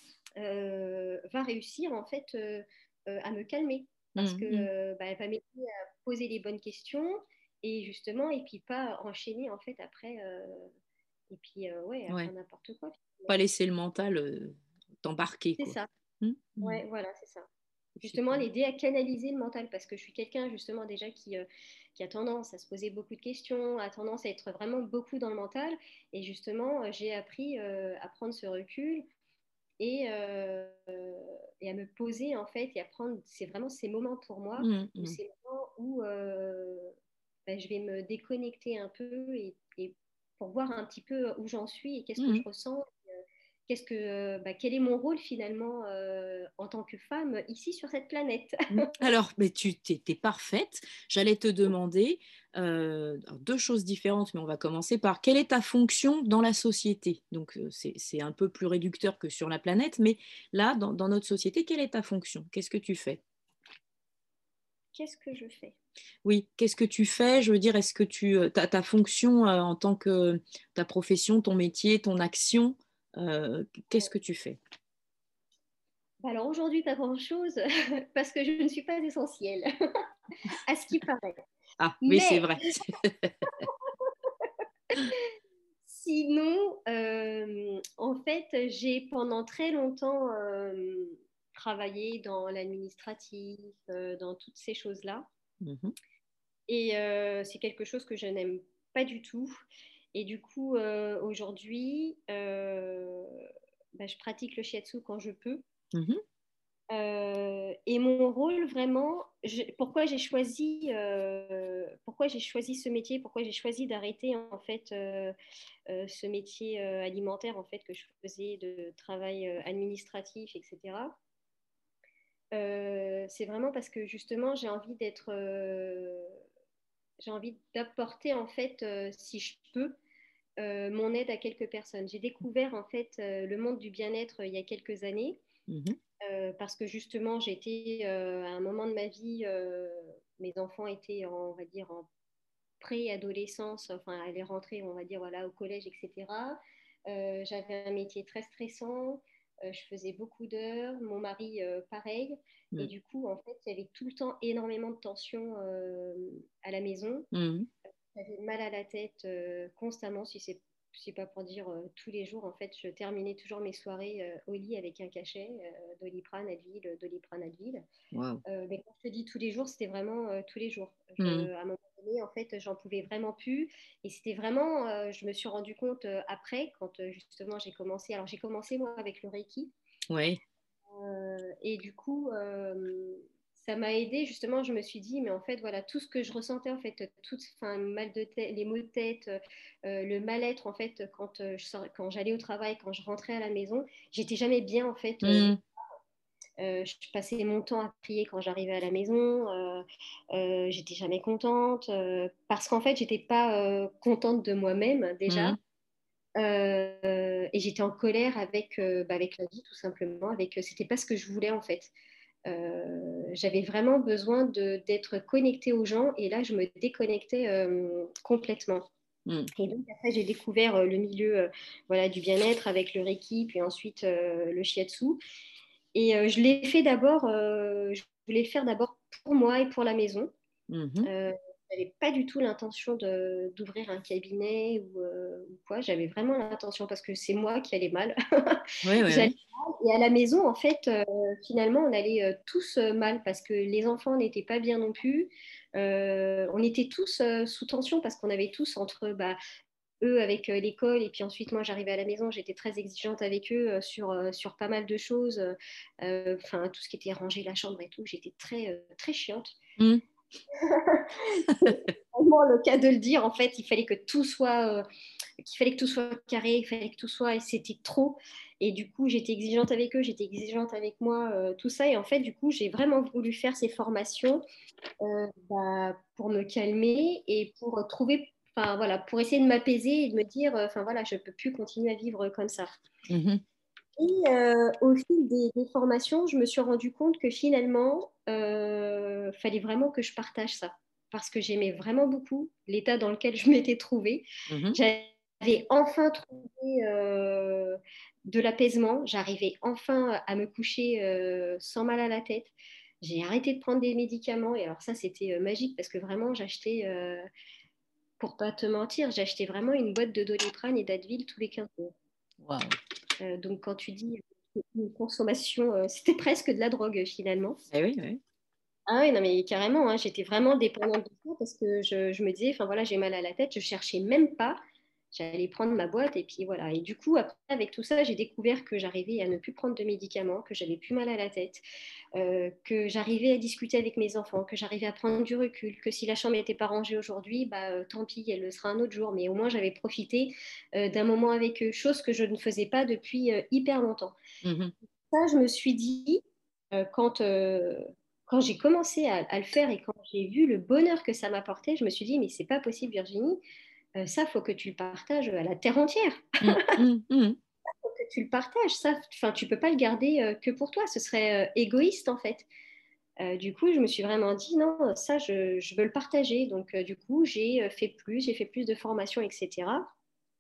euh, va réussir en fait euh, euh, à me calmer parce Hmm, que hmm. euh, bah, elle va m'aider à poser les bonnes questions et justement et puis pas enchaîner en fait après euh, et puis euh, ouais à faire Ouais. n'importe quoi. Pas laisser le mental euh, t'embarquer, C'est quoi. ça. Hmm, hmm. Ouais, voilà, c'est ça. Justement, Super. l'aider à canaliser le mental, parce que je suis quelqu'un justement déjà qui, euh, qui a tendance à se poser beaucoup de questions, a tendance à être vraiment beaucoup dans le mental. Et justement, euh, j'ai appris euh, à prendre ce recul et, euh, et à me poser en fait et à prendre, c'est vraiment ces moments pour moi, Hmm, où hmm. ces moments où euh, ben, je vais me déconnecter un peu et, et pour voir un petit peu où j'en suis et qu'est-ce que Hmm. je ressens qu'est-ce que, bah, quel est mon rôle finalement euh, en tant que femme ici sur cette planète. Mm. Alors, mais tu t'es, t'es parfaite. J'allais te demander euh, alors, deux choses différentes, mais on va commencer par quelle est ta fonction dans la société? Donc, euh, c'est, c'est un peu plus réducteur que sur la planète, mais là, dans, dans notre société, quelle est ta fonction? Qu'est-ce que tu fais? Qu'est-ce que je fais? Oui, qu'est-ce que tu fais? Je veux dire, est-ce que tu, euh, ta, ta fonction euh, en tant que ta profession, ton métier, ton action, euh, qu'est-ce que tu fais? Bah alors aujourd'hui, pas grand-chose parce que je ne suis pas essentielle, à ce qui paraît. Ah, oui, c'est Mais vrai. sinon, euh, en fait, j'ai pendant très longtemps euh, travaillé dans l'administratif, euh, dans toutes ces choses-là. Mhm, Et euh, c'est quelque chose que je n'aime pas du tout. Et du coup, euh, aujourd'hui, euh, bah, je pratique le shiatsu quand je peux. mhm, Euh, et mon rôle vraiment, je- pourquoi j'ai choisi, euh, pourquoi j'ai choisi ce métier, pourquoi j'ai choisi d'arrêter en fait euh, euh, ce métier euh, alimentaire en fait que je faisais de travail euh, administratif, et cetera. Euh, c'est vraiment parce que justement j'ai envie d'être, euh, j'ai envie d'apporter en fait, euh, si je peux, euh, mon aide à quelques personnes. J'ai découvert en fait euh, le monde du bien-être euh, il y a quelques années mhm, euh, parce que justement j'étais euh, à un moment de ma vie, euh, mes enfants étaient en, on va dire en pré-adolescence, enfin elle est rentrée on va dire voilà au collège et cetera. Euh, j'avais un métier très stressant, euh, je faisais beaucoup d'heures, mon mari euh, pareil. Et mhm, du coup, en fait, il y avait tout le temps énormément de tensions euh, à la maison. mhm. J'avais mal à la tête euh, constamment, si c'est si pas pour dire euh, tous les jours. En fait, je terminais toujours mes soirées euh, au lit avec un cachet euh, Doliprane, Advil, Doliprane, Advil. Wow. Euh, mais quand je te dis tous les jours, c'était vraiment euh, tous les jours. Mhm. Je, à un moment donné, en fait, j'en pouvais vraiment plus. Et c'était vraiment, euh, je me suis rendu compte euh, après, quand euh, justement j'ai commencé. Alors, j'ai commencé moi avec le Reiki. Ouais. Euh, et du coup, euh, ça m'a aidé justement. Je me suis dit, mais en fait, voilà, tout ce que je ressentais, en fait, tout, enfin, mal de tête, les maux de tête, euh, le mal-être, en fait, quand euh, je sors, quand j'allais au travail, quand je rentrais à la maison, j'étais jamais bien, en fait. Euh, Mhm. euh, je passais mon temps à prier quand j'arrivais à la maison. Euh, euh, j'étais jamais contente euh, parce qu'en fait, j'étais pas euh, contente de moi-même déjà. Mhm. Euh, et j'étais en colère avec, euh, bah, avec la vie, tout simplement. Avec, euh, c'était pas ce que je voulais en fait. Euh, j'avais vraiment besoin de, d'être connectée aux gens et là, je me déconnectais euh, complètement. Mhm. Et donc après, j'ai découvert euh, le milieu euh, voilà, du bien-être avec le Reiki, puis ensuite euh, le Shiatsu. Et euh, je l'ai fait d'abord, euh, je voulais le faire d'abord pour moi et pour la maison. Mhm. Euh, j'avais pas du tout l'intention de, d'ouvrir un cabinet ou, euh, ou quoi. J'avais vraiment l'intention parce que c'est moi qui allais mal. Oui, oui, J'allais oui. mal. Et à la maison, en fait, euh, finalement, on allait euh, tous euh, mal parce que les enfants n'étaient pas bien non plus. Euh, on était tous euh, sous tension parce qu'on avait tous entre bah, eux avec euh, l'école et puis ensuite moi j'arrivais à la maison, j'étais très exigeante avec eux euh, sur, euh, sur pas mal de choses, euh, enfin tout ce qui était ranger la chambre et tout, j'étais très, euh, très chiante. Mm. C'est vraiment le cas de le dire, en fait, il fallait que tout soit, euh, qu'il fallait que tout soit carré, il fallait que tout soit, et c'était trop. Et du coup, j'étais exigeante avec eux, j'étais exigeante avec moi, euh, tout ça. Et en fait, du coup, j'ai vraiment voulu faire ces formations euh, bah, pour me calmer et pour trouver, enfin voilà, pour essayer de m'apaiser et de me dire, euh, enfin voilà, je peux plus continuer à vivre comme ça. Mhm. Et euh, au fil des, des formations, je me suis rendu compte que finalement, euh, fallait vraiment que je partage ça parce que j'aimais vraiment beaucoup l'état dans lequel je m'étais trouvée. Mhm. J'avais enfin trouvé euh, de l'apaisement, j'arrivais enfin à me coucher euh, sans mal à la tête. J'ai arrêté de prendre des médicaments et alors ça, c'était euh, magique parce que vraiment, j'achetais, euh, pour pas te mentir, j'achetais vraiment une boîte de Doliprane et d'Advil tous les quinze jours. Waouh. Euh, donc, quand tu dis une consommation, euh, c'était presque de la drogue finalement. Eh oui, oui. Ah oui, non, mais carrément, hein, j'étais vraiment dépendante de ça parce que je, je me disais, enfin voilà, j'ai mal à la tête, je cherchais même pas, j'allais prendre ma boîte et puis voilà. Et du coup, après, avec tout ça, j'ai découvert que j'arrivais à ne plus prendre de médicaments, que j'avais plus mal à la tête, euh, que j'arrivais à discuter avec mes enfants, que j'arrivais à prendre du recul, que si la chambre n'était pas rangée aujourd'hui, bah, euh, tant pis, elle le sera un autre jour. Mais au moins, j'avais profité euh, d'un moment avec eux, chose que je ne faisais pas depuis euh, hyper longtemps. Mhm. Ça, je me suis dit, euh, quand, euh, quand j'ai commencé à, à le faire et quand j'ai vu le bonheur que ça m'apportait, je me suis dit, mais c'est pas possible, Virginie, euh, ça, faut que tu le partages à la terre entière. Mm, mm, mm. Faut que tu le partages. Ça, enfin, tu peux pas le garder euh, que pour toi. Ce serait euh, égoïste, en fait. Euh, du coup, je me suis vraiment dit, non, ça, je, je veux le partager. Donc, euh, du coup, j'ai euh, fait plus, j'ai fait plus de formations, et cetera.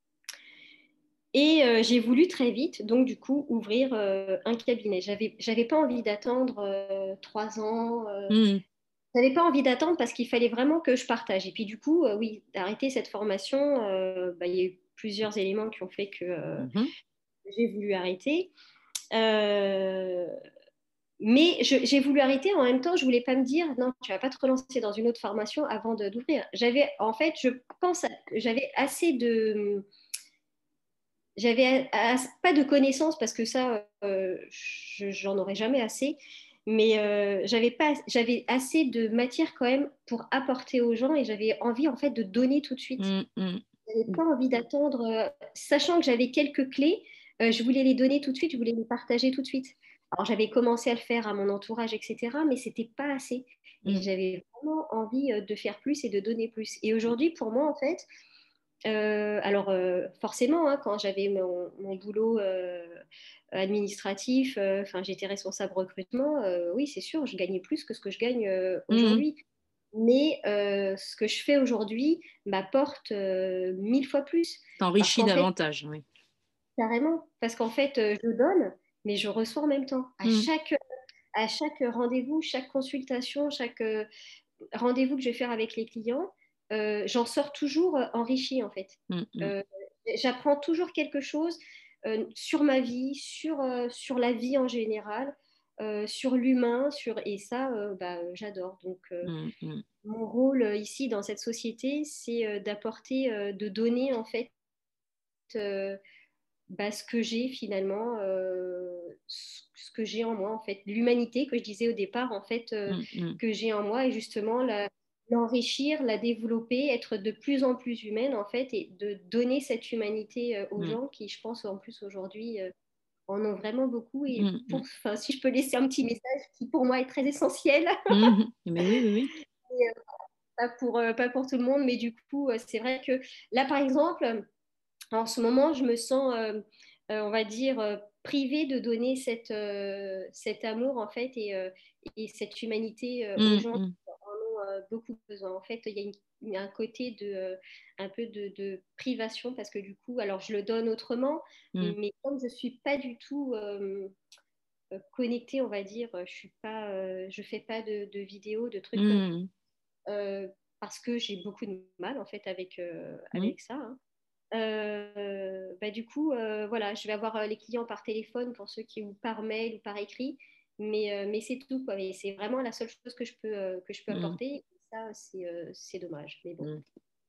Et euh, j'ai voulu très vite, donc du coup, ouvrir euh, un cabinet. J'avais, j'avais pas envie d'attendre euh, trois ans. Euh, Mm. j'avais pas envie d'attendre parce qu'il fallait vraiment que je partage. Et puis du coup, euh, oui, d'arrêter cette formation, euh, bah, il y a eu plusieurs éléments qui ont fait que euh, Mhm. j'ai voulu arrêter. Euh, mais je- j'ai voulu arrêter en même temps, je voulais pas me dire non, tu vas pas te relancer dans une autre formation avant de- d'ouvrir. J'avais, en fait, je pense, à- j'avais assez de j'avais pas de connaissances parce que ça, euh, je- j'en aurais jamais assez. Mais euh, j'avais pas, j'avais assez de matière quand même pour apporter aux gens et j'avais envie en fait de donner tout de suite. Mm, mm. J'avais pas envie d'attendre, euh, sachant que j'avais quelques clés, euh, je voulais les donner tout de suite, je voulais les partager tout de suite. Alors j'avais commencé à le faire à mon entourage, et cetera, mais c'était pas assez. Et Mm. j'avais vraiment envie euh, de faire plus et de donner plus. Et aujourd'hui, pour moi, en fait, euh, alors, euh, forcément, hein, quand j'avais mon, mon boulot euh, administratif, euh, enfin, j'étais responsable recrutement, euh, oui, c'est sûr, je gagnais plus que ce que je gagne euh, Mm. aujourd'hui. Mais euh, ce que je fais aujourd'hui m'apporte euh, mille fois plus. Parce T'enrichis qu'en fait, davantage, oui. carrément, parce qu'en fait, euh, je donne, mais je reçois en même temps. À Mm. chaque, à chaque rendez-vous, chaque consultation, chaque euh, rendez-vous que je vais faire avec les clients, euh, j'en sors toujours euh, enrichie en fait. Mm, mm. Euh, J'apprends toujours quelque chose euh, sur ma vie, sur, euh, sur la vie en général, euh, sur l'humain, sur... et ça, euh, bah, euh, j'adore. Donc, euh, Mm, mm. mon rôle euh, ici dans cette société, c'est euh, d'apporter, euh, de donner en fait euh, bah, ce que j'ai finalement, euh, ce que j'ai en moi, en fait, l'humanité que je disais au départ, en fait, euh, Mm, mm. que j'ai en moi, et justement la- l'enrichir, la développer, être de plus en plus humaine, en fait, et de donner cette humanité euh, aux Mm, gens qui, je pense, en plus aujourd'hui, euh, en ont vraiment beaucoup. Et mm, pour, mm. enfin, si je peux laisser un petit message qui, pour moi, est très essentiel, Mhm. Mais oui, oui, oui. et, euh, pas pour, euh, pas pour tout le monde, mais du coup, euh, c'est vrai que là, par exemple, en ce moment, je me sens, euh, euh, on va dire, euh, privée de donner cette, euh, cet amour, en fait, et, euh, et cette humanité euh, aux Mm, gens qui mm. en ont euh, beaucoup besoin. En fait, il y a une- il y a un côté de, euh, un peu de, de privation, parce que du coup, alors je le donne autrement, Mm, mais comme je ne suis pas du tout euh, euh, connectée, on va dire, je suis pas, euh, je fais pas de, de vidéos, de trucs comme mm. euh, parce que j'ai beaucoup de mal en fait avec, euh, Mmh. avec ça. Hein. Euh, bah, du coup, euh, voilà, je vais avoir euh, les clients par téléphone pour ceux qui ou par mail ou par écrit, mais, euh, mais c'est tout, quoi. Mais c'est vraiment la seule chose que je peux, euh, que je peux Mmh. apporter. Et ça, c'est euh, c'est dommage. Mais bon. Mmh.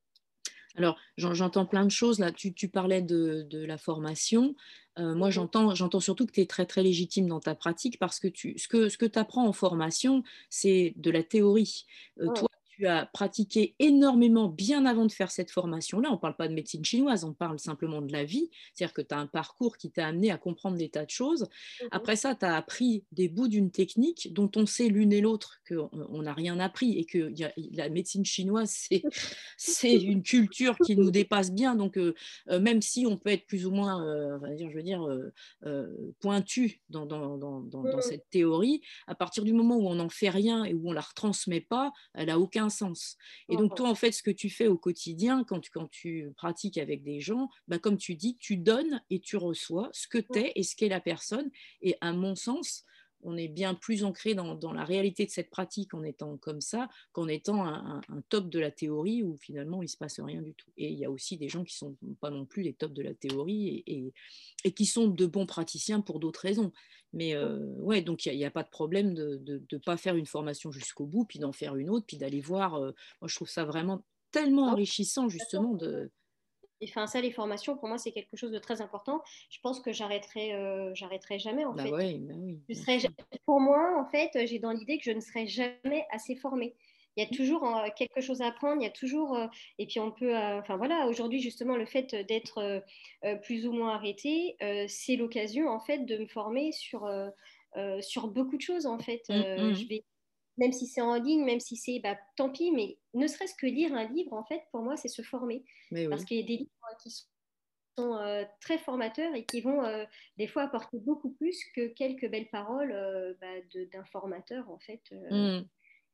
Alors, j'en- j'entends plein de choses là. Tu, tu parlais de, de la formation. Euh, moi, Mhm. j'entends, j'entends surtout que tu es très, très légitime dans ta pratique parce que tu, ce que, ce que tu apprends en formation, c'est de la théorie. Euh, Ouais. toi, tu as pratiqué énormément bien avant de faire cette formation-là. On ne parle pas de médecine chinoise, on parle simplement de la vie. C'est-à-dire que tu as un parcours qui t'a amené à comprendre des tas de choses. Mhm. Après ça, tu as appris des bouts d'une technique dont on sait l'une et l'autre qu'on n'a rien appris et que y a, la médecine chinoise, c'est c'est une culture qui nous dépasse bien. Donc, euh, euh, même si on peut être plus ou moins, euh, on va dire, je veux dire, euh, euh, pointu dans, dans, dans, dans, dans Mhm. cette théorie, à partir du moment où on n'en fait rien et où on la retransmet pas, elle n'a aucun sens. Et donc, Mhm. toi, en fait, ce que tu fais au quotidien, quand tu, quand tu pratiques avec des gens, bah, comme tu dis, tu donnes et tu reçois ce que tu es et ce qu'est la personne. Et à mon sens, on est bien plus ancré dans, dans la réalité de cette pratique en étant comme ça qu'en étant un, un, un top de la théorie où finalement il ne se passe rien du tout. Et il y a aussi des gens qui ne sont pas non plus les tops de la théorie et, et, et qui sont de bons praticiens pour d'autres raisons. Mais euh, ouais, donc il n'y a, a, pas de problème de ne pas faire une formation jusqu'au bout, puis d'en faire une autre, puis d'aller voir. Euh, moi, je trouve ça vraiment tellement Non, enrichissant justement de... et enfin, ça, les formations, pour moi, c'est quelque chose de très important. Je pense que j'arrêterai, euh, j'arrêterai jamais, en Bah fait. ouais, bah oui, Je bien serai, sûr. pour moi, en fait, j'ai dans l'idée que je ne serai jamais assez formée. Il y a toujours euh, quelque chose à apprendre, il y a toujours, euh, et puis on peut, euh, enfin voilà, aujourd'hui justement le fait d'être euh, euh, plus ou moins arrêté, euh, c'est l'occasion en fait de me former sur, euh, euh, sur beaucoup de choses en fait. Mmh, Euh, je mmh. vais, même si c'est en ligne, même si c'est, bah, tant pis, mais ne serait-ce que lire un livre en fait, pour moi c'est se former, Mais parce oui. qu'il y a des livres qui sont euh, très formateurs et qui vont euh, des fois apporter beaucoup plus que quelques belles paroles euh, bah, de- d'un formateur en fait. Euh, Mmh.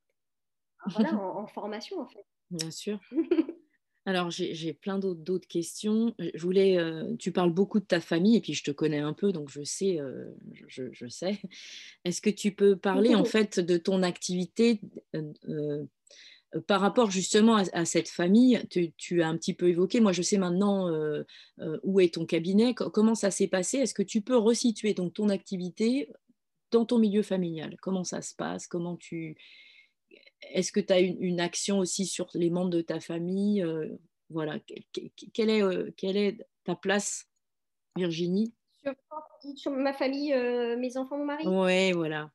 voilà, en, en formation en fait. Bien sûr. Alors, j'ai j'ai plein d'autres d'autres questions. Je voulais, euh, tu parles beaucoup de ta famille et puis je te connais un peu, donc je sais, euh, je, je sais. Est-ce que tu peux parler en fait de ton activité euh, euh, par rapport justement à, à cette famille? Tu, tu as un petit peu évoqué. Moi, je sais maintenant euh, euh, où est ton cabinet. Co- Comment ça s'est passé? Est-ce que tu peux resituer donc ton activité dans ton milieu familial? Comment ça se passe? Comment tu Est-ce que tu as une, une action aussi sur les membres de ta famille? Euh, voilà, que- que- quelle est, euh, quelle est ta place, Virginie? Sur, sur ma famille, euh, mes enfants, mon mari. Ouais, voilà.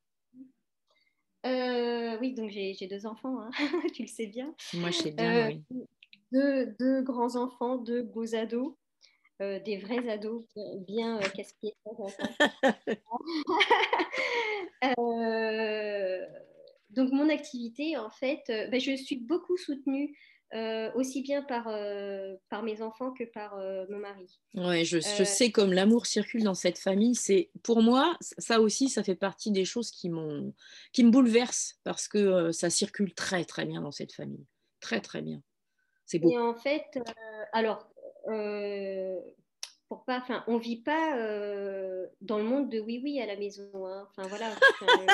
Euh, oui, donc j'ai j'ai deux enfants, hein, tu le sais bien. Moi, je sais bien, Euh, oui. deux, deux grands enfants, deux beaux ados, euh, des vrais ados bien, bien euh, casse-pieds de temps en temps. Euh, donc mon activité, en fait, euh, ben, je suis beaucoup soutenue euh, aussi bien par, euh, par mes enfants que par euh, mon mari. Ouais, je, je Euh, sais comme l'amour circule dans cette famille. C'est pour moi, ça aussi, ça fait partie des choses qui m'ont, qui me bouleversent parce que euh, ça circule très très bien dans cette famille, très très bien. C'est et beau. en fait, euh, alors, euh, pour pas, enfin, on vit pas euh, dans le monde de oui oui à la maison. Hein. Enfin voilà, enfin,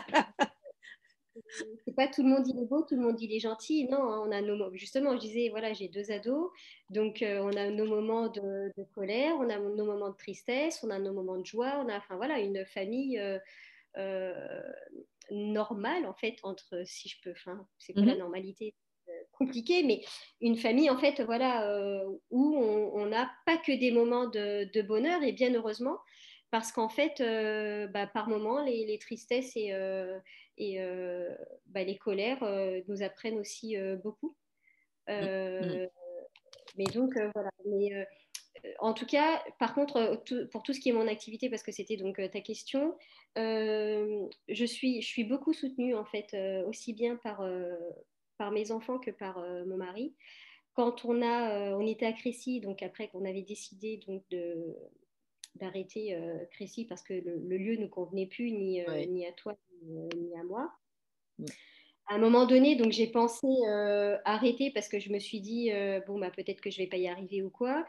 c'est pas tout le monde il est beau, tout le monde il est gentil. Non, hein, on a nos mo- justement, je disais voilà, j'ai deux ados, donc euh, on a nos moments de, de colère, on a nos moments de tristesse, on a nos moments de joie, on a, enfin voilà, une famille euh, euh, normale en fait entre, si je peux, enfin, c'est quoi la Mhm, normalité? Compliqué, mais une famille en fait, voilà, euh, où on n'a pas que des moments de, de bonheur et bien heureusement, parce qu'en fait, euh, bah, par moments, les, les tristesses et, euh, et euh, bah, les colères euh, nous apprennent aussi euh, beaucoup. mhm, Euh, mais donc euh, voilà. Mais euh, en tout cas, par contre, euh, tout- pour tout ce qui est mon activité, parce que c'était donc euh, ta question, euh, je suis, je suis beaucoup soutenue en fait, euh, aussi bien par, euh, par mes enfants que par euh, mon mari. Quand on a, euh, on était à Crécy, donc après qu'on avait décidé donc de d'arrêter euh, Crécy parce que le, le lieu ne convenait plus ni, euh, ouais. ni à toi ni, euh, ni à moi. Mm. À un moment donné, donc j'ai pensé euh, arrêter parce que je me suis dit euh, bon bah peut-être que je vais pas y arriver ou quoi.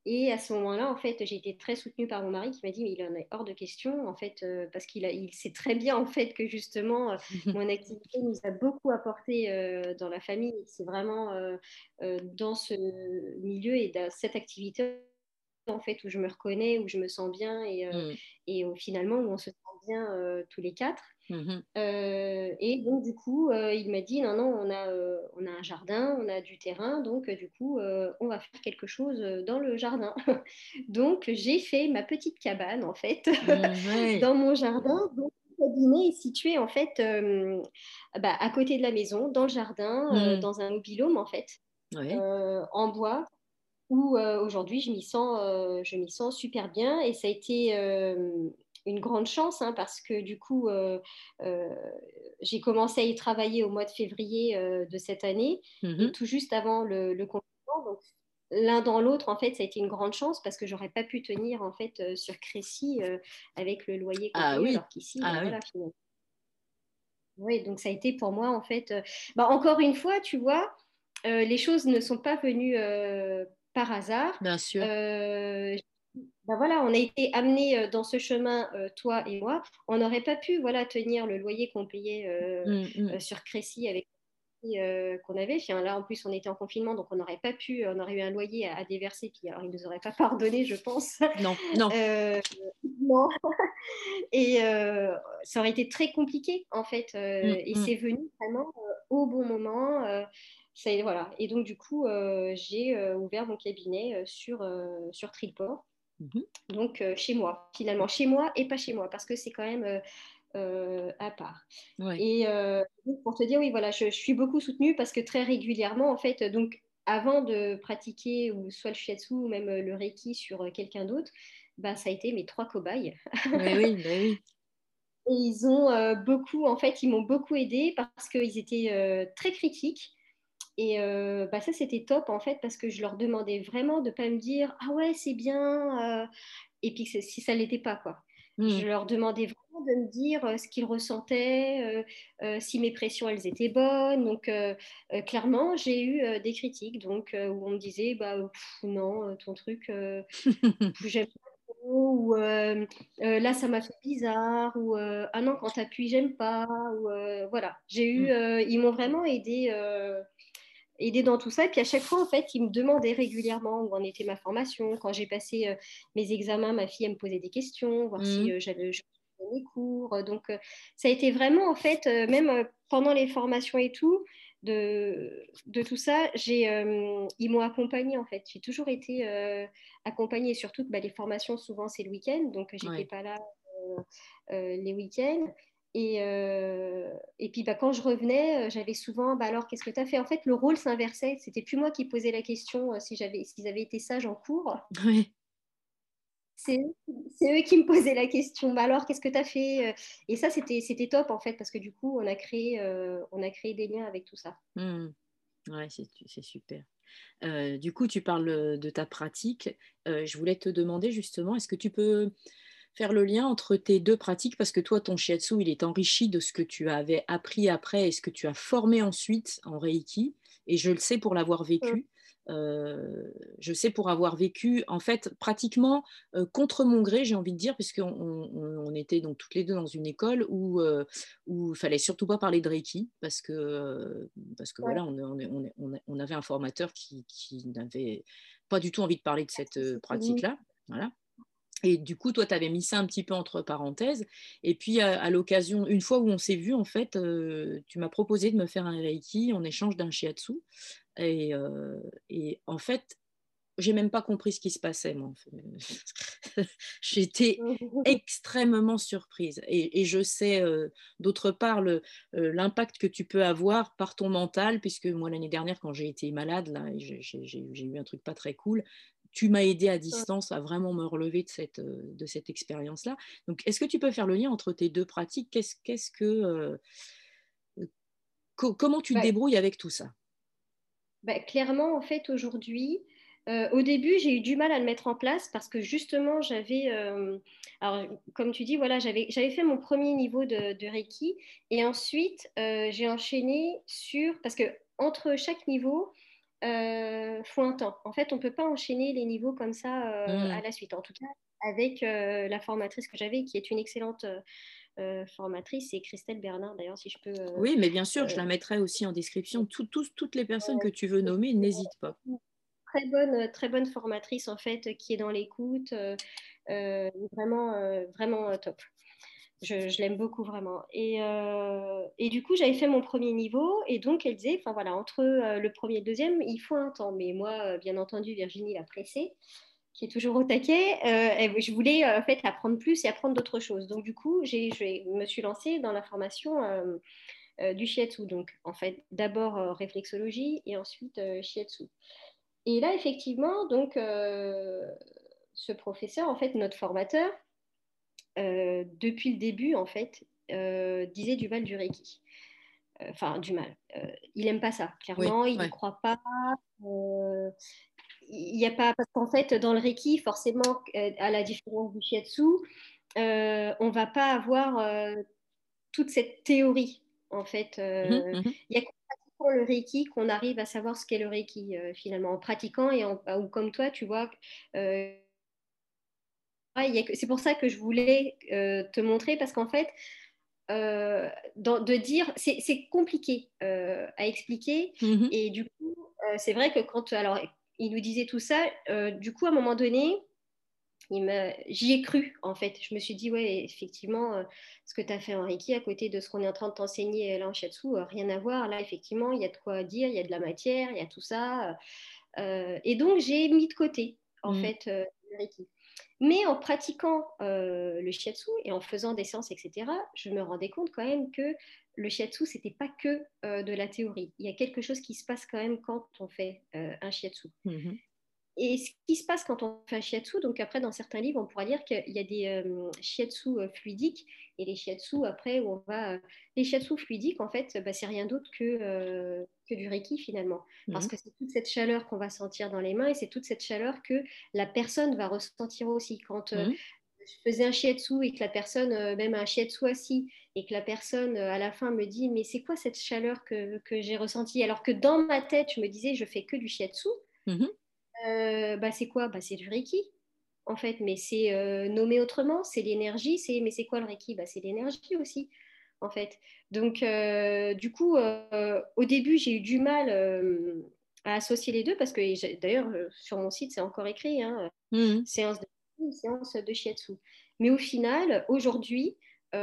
Et à ce moment-là, en fait, j'ai été très soutenue par mon mari qui m'a dit, mais il en est hors de question, en fait, euh, parce qu'il a, il sait très bien, en fait, que justement, euh, mon activité nous a beaucoup apporté euh, dans la famille. C'est vraiment euh, euh, dans ce milieu et dans cette activité, en fait, où je me reconnais, où je me sens bien et, euh, Mm. et euh, finalement, où on se sent bien euh, tous les quatre. Mhm. Euh, et donc, du coup, euh, il m'a dit, non, non, on a, euh, on a un jardin, on a du terrain, donc euh, du coup, euh, on va faire quelque chose euh, dans le jardin. Donc, j'ai fait ma petite cabane, en fait, Mm, ouais. dans mon jardin. Donc, le cabinet est situé, en fait, euh, bah, à côté de la maison, dans le jardin, euh, Mm, dans un mobil-home, en fait, ouais. euh, en bois, où euh, aujourd'hui je m'y sens, euh, je m'y sens super bien et ça a été euh, une grande chance hein, parce que du coup euh, euh, j'ai commencé à y travailler au mois de février euh, de cette année et Mhm. tout juste avant le, le confinement. Donc l'un dans l'autre en fait ça a été une grande chance parce que j'aurais pas pu tenir en fait euh, sur Crécy euh, avec le loyer qu'on Ah payait oui, alors qu'ici ben ah oui, voilà finalement. Oui, donc ça a été pour moi en fait. euh, bah, encore une fois, tu vois, euh, les choses ne sont pas venues euh, par hasard. bien sûr. Euh, bah, voilà, on a été amenés euh, dans ce chemin, euh, toi et moi. On n'aurait pas pu voilà, tenir le loyer qu'on payait euh, Mm, mm. euh, sur Crécy avec euh, qu'on avait. Enfin, là, en plus, on était en confinement, donc on n'aurait pas pu, on aurait eu un loyer à, à déverser, puis alors ils ne nous auraient pas pardonné, je pense. Non, non. Euh, non. Et euh, ça aurait été très compliqué, en fait. Mm, Euh, et mm. c'est venu vraiment euh, au bon moment. Euh, ça, voilà. Et donc, du coup, euh, j'ai euh, ouvert mon cabinet euh, sur, euh, sur Triport. Mhm. Donc, euh, chez moi, finalement. Chez moi et pas chez moi, parce que c'est quand même euh, euh, à part. Ouais. Et euh, pour te dire, oui, voilà, je, je suis beaucoup soutenue parce que très régulièrement, en fait, donc, avant de pratiquer ou soit le shiatsu ou même euh, le reiki sur euh, quelqu'un d'autre, bah, ça a été mes trois cobayes. Oui, oui, ben oui. Et ils ont euh, beaucoup, en fait, ils m'ont beaucoup aidé parce qu'ils étaient euh, très critiques. Et euh, bah, ça, c'était top, en fait, parce que je leur demandais vraiment de ne pas me dire, ah ouais, c'est bien, euh, et puis que si ça ne l'était pas, quoi. Mm. Je leur demandais vraiment de me dire euh, ce qu'ils ressentaient, euh, euh, si mes pressions, elles étaient bonnes. Donc, euh, euh, clairement, j'ai eu euh, des critiques, donc, euh, où on me disait, bah, pff, non, euh, ton truc, euh, j'aime ou euh, euh, là ça m'a fait bizarre ou euh, ah non quand t'appuies j'aime pas ou euh, voilà j'ai eu Mm. euh, ils m'ont vraiment aidé euh, aidé dans tout ça et puis à chaque fois en fait ils me demandaient régulièrement où en était ma formation quand j'ai passé euh, mes examens ma fille elle me posait des questions voir si Mm. euh, j'avais je mes cours donc euh, ça a été vraiment en fait euh, même euh, pendant les formations et tout de, de tout ça, j'ai, euh, ils m'ont accompagnée en fait. J'ai toujours été euh, accompagnée, surtout que bah, les formations, souvent, c'est le week-end, donc j'étais Ouais. pas là euh, euh, les week-ends. Et, euh, et puis bah, quand je revenais, euh, j'avais souvent, bah, alors qu'est-ce que tu as fait? En fait, le rôle s'inversait. C'était plus moi qui posais la question euh, si j'avais, s'ils avaient été sages en cours. Ouais. C'est c'est eux qui me posaient la question. Bah alors, qu'est-ce que tu as fait? Et ça, c'était c'était top en fait, parce que du coup, on a créé, euh, on a créé des liens avec tout ça. Mm. Ouais, c'est c'est super. Euh, du coup, tu parles euh, de ta pratique. Euh, je voulais te demander justement, est-ce que tu peux faire le lien entre tes deux pratiques? Parce que toi, ton shiatsu, il est enrichi de ce que tu avais appris après et ce que tu as formé ensuite en Reiki. Et je le sais pour l'avoir Mm. vécu. Euh, je sais pour avoir vécu, en fait, pratiquement euh, contre mon gré, j'ai envie de dire, puisqu'on on, on était donc toutes les deux dans une école où, euh, où il fallait surtout pas parler de Reiki, parce que, euh, parce que Ouais, voilà, on, on, on, on, on avait un formateur qui, qui n'avait pas du tout envie de parler de cette euh, c'est fini. pratique-là. Voilà. Et du coup, toi, tu avais mis ça un petit peu entre parenthèses. Et puis, à, à l'occasion, une fois où on s'est vu, en fait, euh, tu m'as proposé de me faire un Reiki en échange d'un shiatsu. Et, euh, et en fait, j'ai même pas compris ce qui se passait, moi. J'étais extrêmement surprise. Et, et je sais, euh, d'autre part, le, euh, l'impact que tu peux avoir par ton mental, puisque moi, l'année dernière, quand j'ai été malade, là, j'ai, j'ai, j'ai eu un truc pas très cool, tu m'as aidé à distance à vraiment me relever de cette, euh, de cette expérience-là. Donc, est-ce que tu peux faire le lien entre tes deux pratiques? Qu'est-ce, qu'est-ce que, euh, co- comment tu te Bah, débrouilles avec tout ça? bah, clairement, en fait, aujourd'hui, euh, au début, j'ai eu du mal à le mettre en place parce que justement, j'avais, euh, alors, comme tu dis, voilà, j'avais, j'avais fait mon premier niveau de, de Reiki et ensuite, euh, j'ai enchaîné sur, parce que entre chaque niveau, euh, faut un temps. En fait, on ne peut pas enchaîner les niveaux comme ça euh, à Mm. la suite. En tout cas, avec euh, la formatrice que j'avais, qui est une excellente euh, formatrice, c'est Christelle Bernard, d'ailleurs, si je peux... euh, Oui, mais bien sûr, je euh, la mettrai aussi en description. Tout- tous- toutes les personnes que tu veux nommer, n'hésite pas. très bonne, très bonne formatrice, en fait, qui est dans l'écoute. Euh, euh, vraiment, euh, vraiment euh, top. Je, je l'aime beaucoup vraiment. Et, euh, et du coup, j'avais fait mon premier niveau et donc elle disait, enfin voilà, entre euh, le premier et le deuxième, il faut un temps. Mais moi, euh, bien entendu, Virginie l'a pressée, qui est toujours au taquet. Euh, elle- je voulais euh, en fait apprendre plus et apprendre d'autres choses. Donc du coup, j'ai, je me suis lancée dans la formation euh, euh, du shiatsu. Donc en fait, d'abord euh, réflexologie et ensuite euh, shiatsu. Et là, effectivement, donc euh, ce professeur, en fait, notre formateur, euh, depuis le début, en fait, euh, disait du mal du Reiki. Euh, Enfin, du mal. Euh, il n'aime pas ça, Oui, clairement, il n'y ouais. croit pas. Euh, il n'y a pas, parce qu'en fait, dans le Reiki, forcément, euh, à la différence du Shiatsu, euh, on ne va pas avoir euh, toute cette théorie, en fait. Mhm, Euh, mhm. Il y a qu'en pratiquant le Reiki qu'on arrive à savoir ce qu'est le Reiki, euh, finalement, en pratiquant, et en, ou comme toi, tu vois, euh, il y a que- c'est pour ça que je voulais euh, te montrer, parce qu'en fait, euh, dans- de dire, c'est c'est compliqué euh, à expliquer. Mhm. Et du coup, euh, c'est vrai que quand, alors, il nous disait tout ça, euh, du coup, à un moment donné, il m'a- j'y ai cru, en fait. Je me suis dit, ouais, effectivement, euh, ce que tu as fait en Reiki, à côté de ce qu'on est en train de t'enseigner là en Shiatsu, euh, rien à voir. Là, effectivement, il y a de quoi dire, il y a de la matière, il y a tout ça. Euh, et donc, j'ai mis de côté, en Mhm. fait, euh, le Reiki. Mais en pratiquant euh, le shiatsu et en faisant des séances, et cetera, je me rendais compte quand même que le shiatsu, c'était pas que euh, de la théorie. Il y a quelque chose qui se passe quand même quand on fait euh, un shiatsu. Mhm. Et ce qui se passe quand on fait un shiatsu, donc après dans certains livres, on pourra dire qu'il y a des euh, shiatsu euh, fluidiques et les shiatsu après où on va... euh, les shiatsu fluidiques, en fait, bah, c'est rien d'autre que, euh, que du reiki finalement. Parce Mhm. que c'est toute cette chaleur qu'on va sentir dans les mains et c'est toute cette chaleur que la personne va ressentir aussi. Quand euh, Mhm. je faisais un shiatsu et que la personne, euh, même un shiatsu assis, et que la personne euh, à la fin me dit, mais c'est quoi cette chaleur que, que j'ai ressentie? Alors que dans ma tête, je me disais, je fais que du shiatsu. Mhm. Euh, bah, c'est quoi? Bah, c'est du Reiki, en fait, mais c'est euh, nommé autrement, c'est l'énergie, c'est... mais c'est quoi le Reiki? Bah, c'est l'énergie aussi, en fait. Donc, euh, du coup, euh, au début, j'ai eu du mal euh, à associer les deux, parce que j'ai- d'ailleurs, euh, sur mon site, c'est encore écrit, hein, Mhm. séance de, séance de shiatsu. Mais au final, aujourd'hui,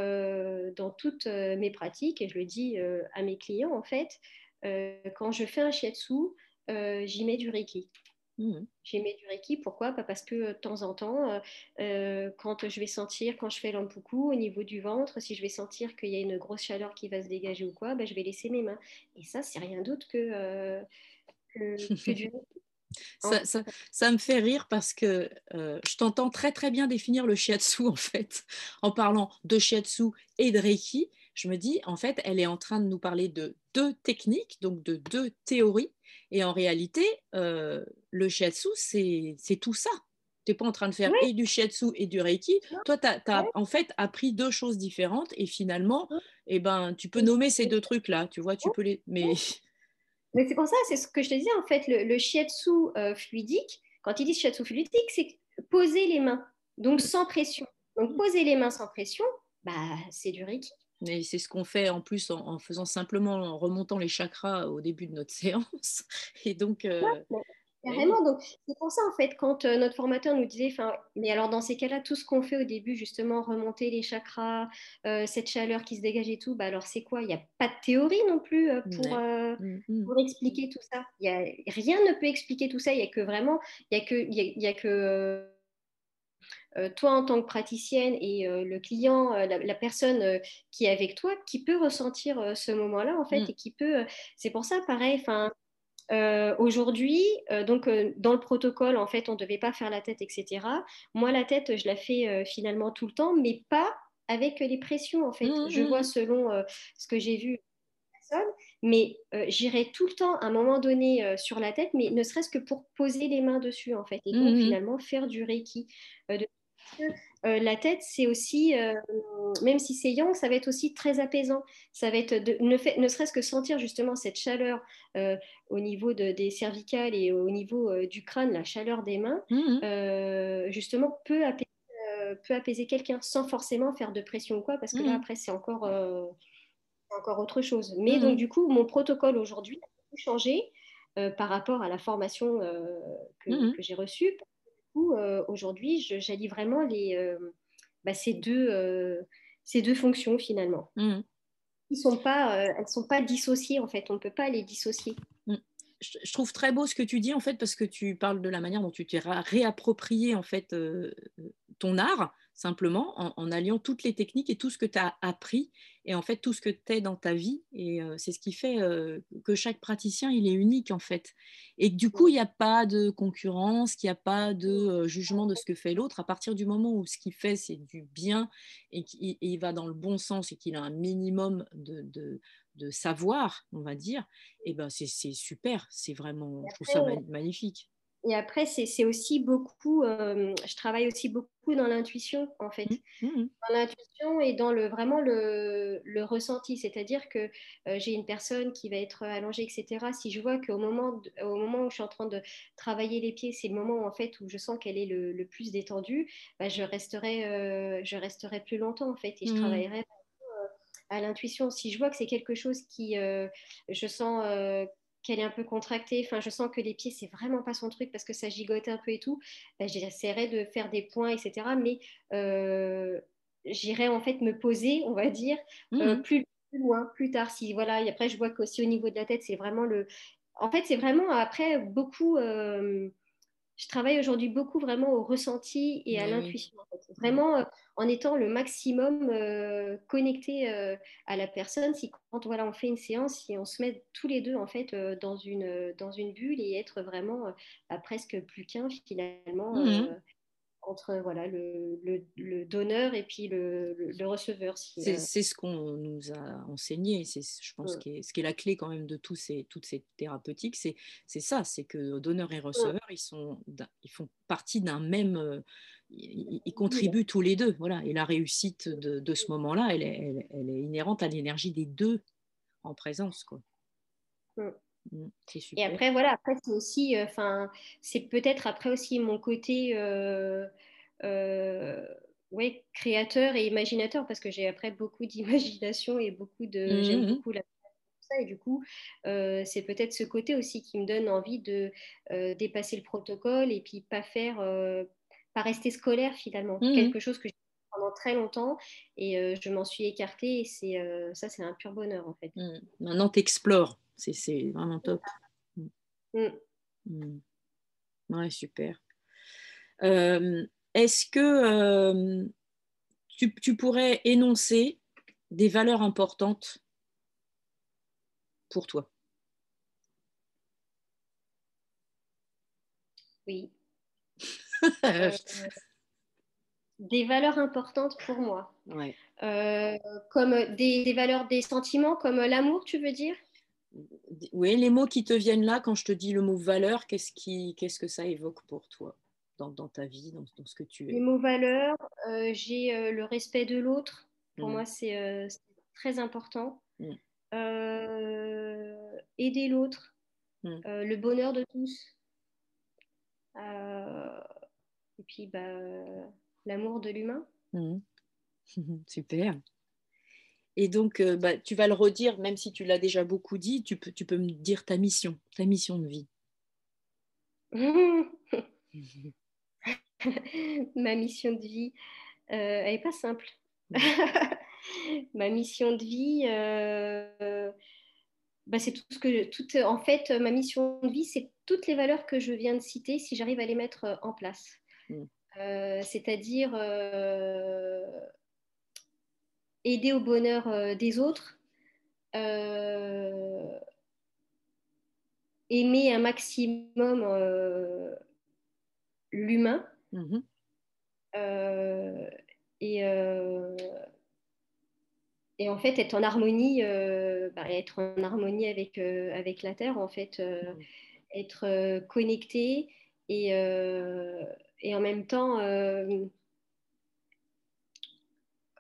euh, dans toutes euh, mes pratiques, et je le dis euh, à mes clients, en fait, euh, quand je fais un shiatsu, euh, j'y mets du Reiki. Mhm. J'aimais du Reiki, pourquoi? Pas parce que euh, de temps en temps, euh, euh, quand je vais sentir, quand je fais l'empuku au niveau du ventre, si je vais sentir qu'il y a une grosse chaleur qui va se dégager ou quoi, ben, je vais laisser mes mains. Et ça, c'est rien d'autre que, euh, que, que du Reiki. En Ça, ça, ça me fait rire parce que euh, je t'entends très très bien définir le shiatsu en fait. En parlant de shiatsu et de reiki, je me dis en fait elle est en train de nous parler de deux techniques, donc de deux théories. Et en réalité, euh, le shiatsu c'est c'est tout ça. Tu n'es pas en train de faire Oui, et du shiatsu et du reiki. non, Toi, tu as ouais, en fait appris deux choses différentes et finalement, ouais, eh ben, tu peux ouais, nommer ces deux trucs-là. Tu vois, tu peux les... Mais... ouais. Mais c'est pour ça, c'est ce que je te disais, en fait, le, le shiatsu euh, fluidique, quand ils disent shiatsu fluidique, c'est poser les mains, donc sans pression. Donc poser les mains sans pression, bah, c'est du Reiki. Et c'est ce qu'on fait en plus en, en faisant simplement, en remontant les chakras au début de notre séance. Et donc, euh, Ouais, eh oui. carrément, donc c'est pour ça en fait quand euh, notre formateur nous disait, enfin, mais alors dans ces cas-là, tout ce qu'on fait au début, justement, remonter les chakras, euh, cette chaleur qui se dégage et tout, bah alors c'est quoi? Il n'y a pas de théorie non plus euh, pour, Ouais. euh, Mm, mm. pour expliquer tout ça. Il y a, rien ne peut expliquer tout ça, il y a que vraiment, il y a que, il y a, il y a que euh, euh, toi en tant que praticienne et euh, le client, euh, la, la personne euh, qui est avec toi, qui peut ressentir euh, ce moment-là en fait Mm. et qui peut, euh, c'est pour ça pareil, enfin euh, aujourd'hui, euh, donc euh, dans le protocole, en fait, on ne devait pas faire la tête, et cetera. Moi, la tête, je la fais euh, finalement tout le temps, mais pas avec les pressions, en Mm, fait. Je vois mm, selon euh, ce que j'ai vu, personne, mais euh, j'irai tout le temps, à un moment donné, euh, sur la tête, mais ne serait-ce que pour poser les mains dessus, en fait, et donc mm, finalement faire du Reiki. Euh, de- euh, la tête, c'est aussi, euh, même si c'est yang, ça va être aussi très apaisant. Ça va être de, ne, fait, ne serait-ce que sentir justement cette chaleur euh, au niveau de, des cervicales et au niveau euh, du crâne, la chaleur des mains, Mhm. euh, justement peut apaiser, euh, peut apaiser quelqu'un sans forcément faire de pression ou quoi, parce que là Mhm. après c'est encore, euh, c'est encore autre chose. Mais donc Mhm. du coup, mon protocole aujourd'hui a beaucoup changé euh, par rapport à la formation euh, que, Mhm. que j'ai reçue. Du coup, euh, aujourd'hui, je- j'allie vraiment les, euh, bah, ces deux, euh, ces deux fonctions finalement. Mhm. Ils sont pas, euh, elles ne sont pas dissociées en fait, on ne peut pas les dissocier. Mm. Je je trouve très beau ce que tu dis en fait parce que tu parles de la manière dont tu t'es ra- réapproprié en fait euh, ton art simplement en, en alliant toutes les techniques et tout ce que tu as appris et en fait tout ce que tu es dans ta vie et euh, c'est ce qui fait euh, que chaque praticien il est unique en fait et que du coup il n'y a pas de concurrence, qu'il n'y a pas de euh, jugement de ce que fait l'autre à partir du moment où ce qu'il fait c'est du bien et qu'il et il va dans le bon sens et qu'il a un minimum de, de de savoir, on va dire, et ben c'est c'est super, c'est vraiment, je trouve ça Après, magnifique. Et après, c'est c'est aussi beaucoup, euh, je travaille aussi beaucoup dans l'intuition, en Mhm, fait. mhm, Dans l'intuition et dans le, vraiment le, le ressenti. C'est-à-dire que euh, j'ai une personne qui va être allongée, et cetera. Si je vois qu'au moment, de- au moment où je suis en train de travailler les pieds, c'est le moment en fait où je sens qu'elle est le, le plus détendue, bah, je resterai, euh, je resterai plus longtemps, en fait, et je mhm, travaillerai à l'intuition. Si je vois que c'est quelque chose qui, euh, je sens euh, qu'elle est un peu contractée, enfin, je sens que les pieds, c'est vraiment pas son truc parce que ça gigote un peu et tout, ben, j'essaierai de faire des points, et cetera. Mais euh, j'irai en fait me poser, on va dire, euh, mhm, plus, plus loin, plus tard. Si, voilà, et après, je vois qu'aussi au niveau de la tête, c'est vraiment le. En fait, c'est vraiment après beaucoup. Euh, je travaille aujourd'hui beaucoup vraiment au ressenti et à mais oui. l'intuition. En fait. Mhm, Vraiment euh, en étant le maximum euh, connecté euh, à la personne. Si quand voilà, on fait une séance, si on se met tous les deux en fait euh, dans, une, euh, dans une bulle et être vraiment euh, à presque plus qu'un finalement mhm. euh, entre voilà, le, le, le, donneur et puis le, le, le receveur. Si, C'est euh, c'est ce qu'on nous a enseigné, c'est je pense mm, qui est, ce qui est la clé quand même de tous ces, toutes ces thérapeutiques, c'est c'est ça, c'est que donneur et mm, receveur, ils, sont, ils font partie d'un même, euh, ils, ils bulle. contribuent tous les deux, voilà, et la réussite de, de ce moment-là, elle est, elle, elle est inhérente à l'énergie des deux en présence, quoi. Mm. Mm, c'est Et super. après, voilà, après, c'est aussi, enfin, c'est peut-être après aussi mon côté, euh, euh, ouais, créateur et imaginateur, parce que j'ai après beaucoup d'imagination et beaucoup de, j'aime Mhm, beaucoup la ça, et du coup, euh, c'est peut-être ce côté aussi qui me donne envie de euh, dépasser le protocole et puis pas faire, euh, pas rester scolaire finalement, mhm, quelque chose que j'ai fait pendant très longtemps et euh, je m'en suis écartée et c'est euh, ça, c'est un pur bonheur en fait. mhm. Maintenant, tu explores, c'est c'est vraiment top. Mm, Mm. mm. Ouais, super. Euh, Est-ce que euh, tu, tu pourrais énoncer des valeurs importantes pour toi? Oui. Euh, des valeurs importantes pour moi. Ouais. Euh, comme des, des valeurs, des sentiments comme l'amour, tu veux dire? Oui, les mots qui te viennent là, quand je te dis le mot valeur, qu'est-ce qui, qu'est-ce que ça évoque pour toi dans, dans ta vie, dans, dans ce que tu Les es? mots valeurs, euh, j'ai euh, le respect de l'autre. Pour Mm, moi, c'est euh, c'est très important. mm, Euh, aider l'autre, mm, euh, le bonheur de tous. Euh, et puis, bah, l'amour de l'humain. mm. Super. Et donc, euh, bah, tu vas le redire, même si tu l'as déjà beaucoup dit, tu peux, tu peux me dire ta mission, ta mission de vie. Ma mission de vie, euh, elle n'est pas simple. Mm, Ma mission de vie, euh, bah, c'est tout ce que, tout, en fait, ma mission de vie, c'est toutes les valeurs que je viens de citer, si j'arrive à les mettre euh, en place. mm, Euh, c'est-à-dire euh, aider au bonheur euh, des autres, euh, aimer un maximum euh, l'humain mhm, euh, et, euh, et en fait être en harmonie, euh, bah, être en harmonie avec, euh, avec la Terre, en fait, euh, mm. être euh, connecté et, euh, et en même temps, euh,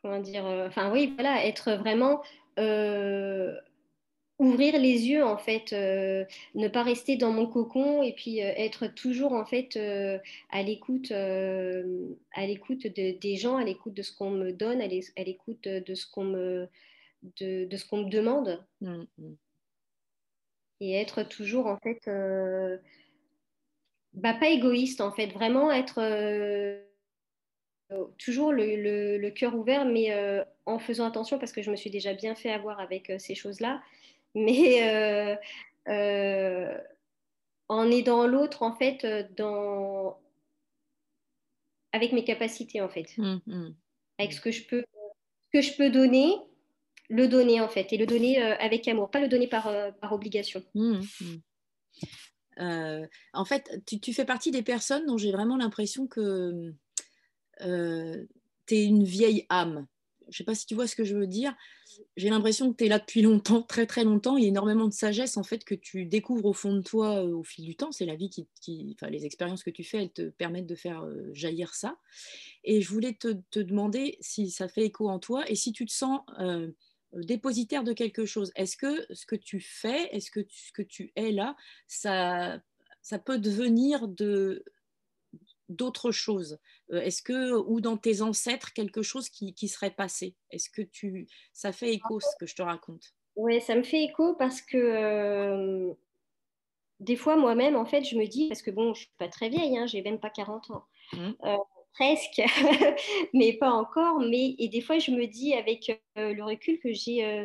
comment dire, euh, enfin oui, voilà, être vraiment, euh, ouvrir les yeux en fait, euh, ne pas rester dans mon cocon et puis euh, être toujours en fait euh, à l'écoute, euh, à l'écoute de- des gens, à l'écoute de ce qu'on me donne, à l'é- à l'écoute de, de ce qu'on me, de, de ce qu'on me demande Mm, mm. et être toujours en fait, euh, bah, pas égoïste en fait, vraiment être euh, toujours le, le- le cœur ouvert, mais euh, en faisant attention parce que je me suis déjà bien fait avoir avec euh, ces choses-là, mais euh, euh, en aidant l'autre en fait, euh, dans, avec mes capacités en fait, Mm, mm. avec ce que je peux, ce que je peux donner, le donner en fait, et le donner euh, avec amour, pas le donner par, euh, par obligation. Mm, mm. Euh, en fait, tu, tu fais partie des personnes dont j'ai vraiment l'impression que euh, tu es une vieille âme. Je ne sais pas si tu vois ce que je veux dire. J'ai l'impression que tu es là depuis longtemps, très très longtemps. Il y a énormément de sagesse en fait que tu découvres au fond de toi euh, au fil du temps. C'est la vie qui, qui, enfin, les expériences que tu fais, elles te permettent de faire euh, jaillir ça. Et je voulais te, te demander si ça fait écho en toi et si tu te sens euh, dépositaire de quelque chose. Est-ce que ce que tu fais, est-ce que tu, ce que tu es là, ça, ça peut devenir de d'autres choses? Euh, Est-ce que, ou dans tes ancêtres, quelque chose qui, qui serait passé? Est-ce que tu, ça fait écho ce que je te raconte? Ouais, ça me fait écho parce que euh, des fois moi-même en fait je me dis, parce que bon je suis pas très vieille, hein, j'ai même pas quarante ans. Hmm. Euh, presque, mais pas encore. Mais, et des fois, je me dis avec euh, le recul que j'ai euh,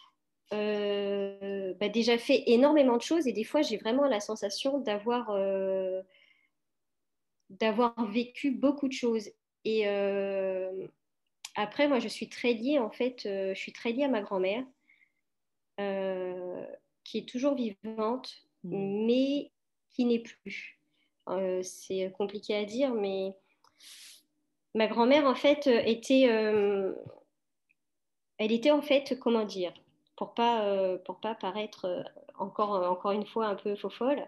euh, bah, déjà fait énormément de choses et des fois, j'ai vraiment la sensation d'avoir euh, d'avoir vécu beaucoup de choses. Et euh, après, moi, je suis très liée, en fait, euh, je suis très liée à ma grand-mère, euh, qui est toujours vivante, Hmm. mais qui n'est plus. Euh, c'est compliqué à dire, mais ma grand-mère, en fait, euh, était, euh, elle était en fait, comment dire, pour pas, euh, pour pas paraître euh, encore, euh, encore une fois un peu faux-folle,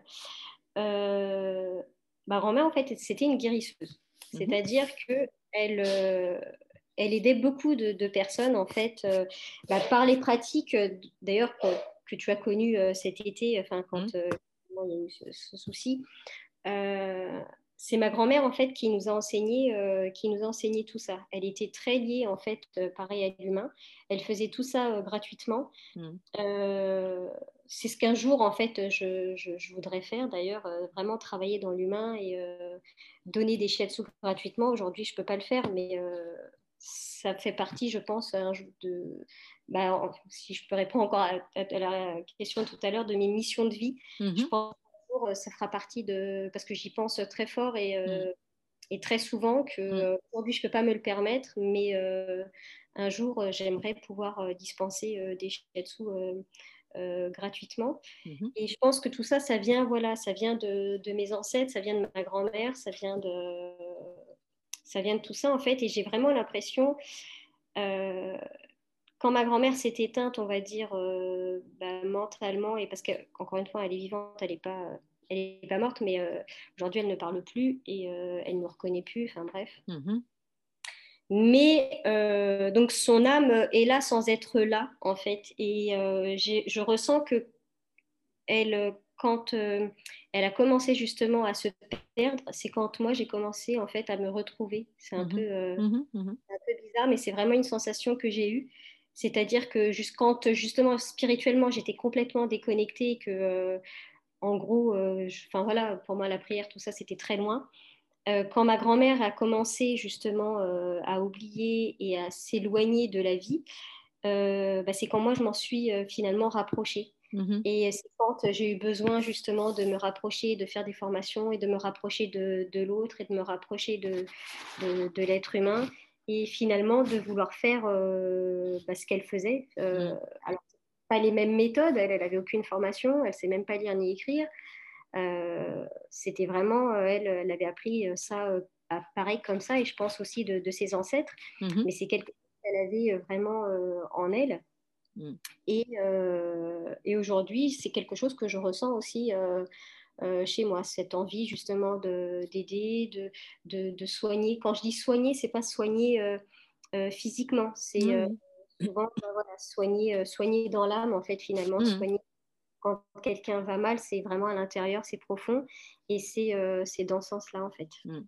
euh, ma grand-mère, en fait, c'était une guérisseuse. Mhm. C'est-à-dire que elle, euh, elle aidait beaucoup de, de personnes, en fait, euh, bah, par les pratiques, euh, d'ailleurs, que, que tu as connues euh, cet été, enfin, Hmm. quand euh, il y a eu ce, ce souci. Euh, c'est ma grand-mère en fait qui nous a enseigné, euh, qui nous a enseigné tout ça. Elle était très liée en fait, euh, pareil à l'humain. Elle faisait tout ça euh, gratuitement. Hmm. Euh, c'est ce qu'un jour en fait je, je- je voudrais faire d'ailleurs, euh, vraiment travailler dans l'humain et euh, donner des shiatsu gratuitement. Aujourd'hui, je peux pas le faire, mais euh, ça fait partie, je pense, un jour de, bah, en- si je peux répondre encore à, à la question tout à l'heure de mes missions de vie, je Mhm. pense jour, euh, ça fera partie de... Parce que j'y pense très fort et, Hmm. euh, et très souvent que Hmm. euh, aujourd'hui je ne peux pas me le permettre, mais euh, un jour euh, j'aimerais pouvoir euh, dispenser euh, des shiatsu euh, euh, gratuitement. Mhm. Et je pense que tout ça, ça vient, voilà, ça vient de, de mes ancêtres, ça vient de ma grand-mère, ça vient de, ça vient de tout ça en fait. Et j'ai vraiment l'impression, euh, quand ma grand-mère s'est éteinte, on va dire, euh, bah, mentalement, et parce qu'encore une fois, elle est vivante, elle n'est pas, elle est pas morte, mais euh, aujourd'hui, elle ne parle plus et euh, elle ne me reconnaît plus, enfin bref. Mhm. Mais euh, donc, son âme est là sans être là, en fait. Et euh, j'ai- je ressens que elle, quand euh, elle a commencé justement à se perdre, c'est quand moi, j'ai commencé, en fait, à me retrouver. C'est un peu... Mhm. euh, Mhm. Mhm. un peu bizarre, mais c'est vraiment une sensation que j'ai eue. C'est-à-dire que juste quand justement spirituellement j'étais complètement déconnectée, que euh, en gros, euh, je- enfin voilà, pour moi la prière, tout ça, c'était très loin. Euh, quand ma grand-mère a commencé justement euh, à oublier et à s'éloigner de la vie, euh, bah, c'est quand moi je m'en suis euh, finalement rapprochée. Mhm. Et c'est quand j'ai eu besoin justement de me rapprocher, de faire des formations et de me rapprocher de, de l'autre et de me rapprocher de, de, de l'être humain et finalement de vouloir faire euh, bah, ce qu'elle faisait. Euh, Mhm. alors, pas les mêmes méthodes, elle, elle avait aucune formation, elle ne sait même pas lire ni écrire. Euh, c'était vraiment, euh, elle, elle avait appris euh, ça euh, pareil comme ça et je pense aussi de, de ses ancêtres, Mhm. mais c'est quelque chose qu'elle avait euh, vraiment euh, en elle. Mhm. Et, euh, et aujourd'hui, c'est quelque chose que je ressens aussi euh, euh, chez moi, cette envie justement de, d'aider, de, de, de soigner. Quand je dis soigner, c'est pas soigner, euh, euh, physiquement. C'est euh, Oui, souvent euh, voilà, soigner, euh, soigner dans l'âme, en fait, finalement. oui. Soigner quand quelqu'un va mal, c'est vraiment à l'intérieur, c'est profond. Et c'est euh, c'est dans ce sens-là, en fait. Mm.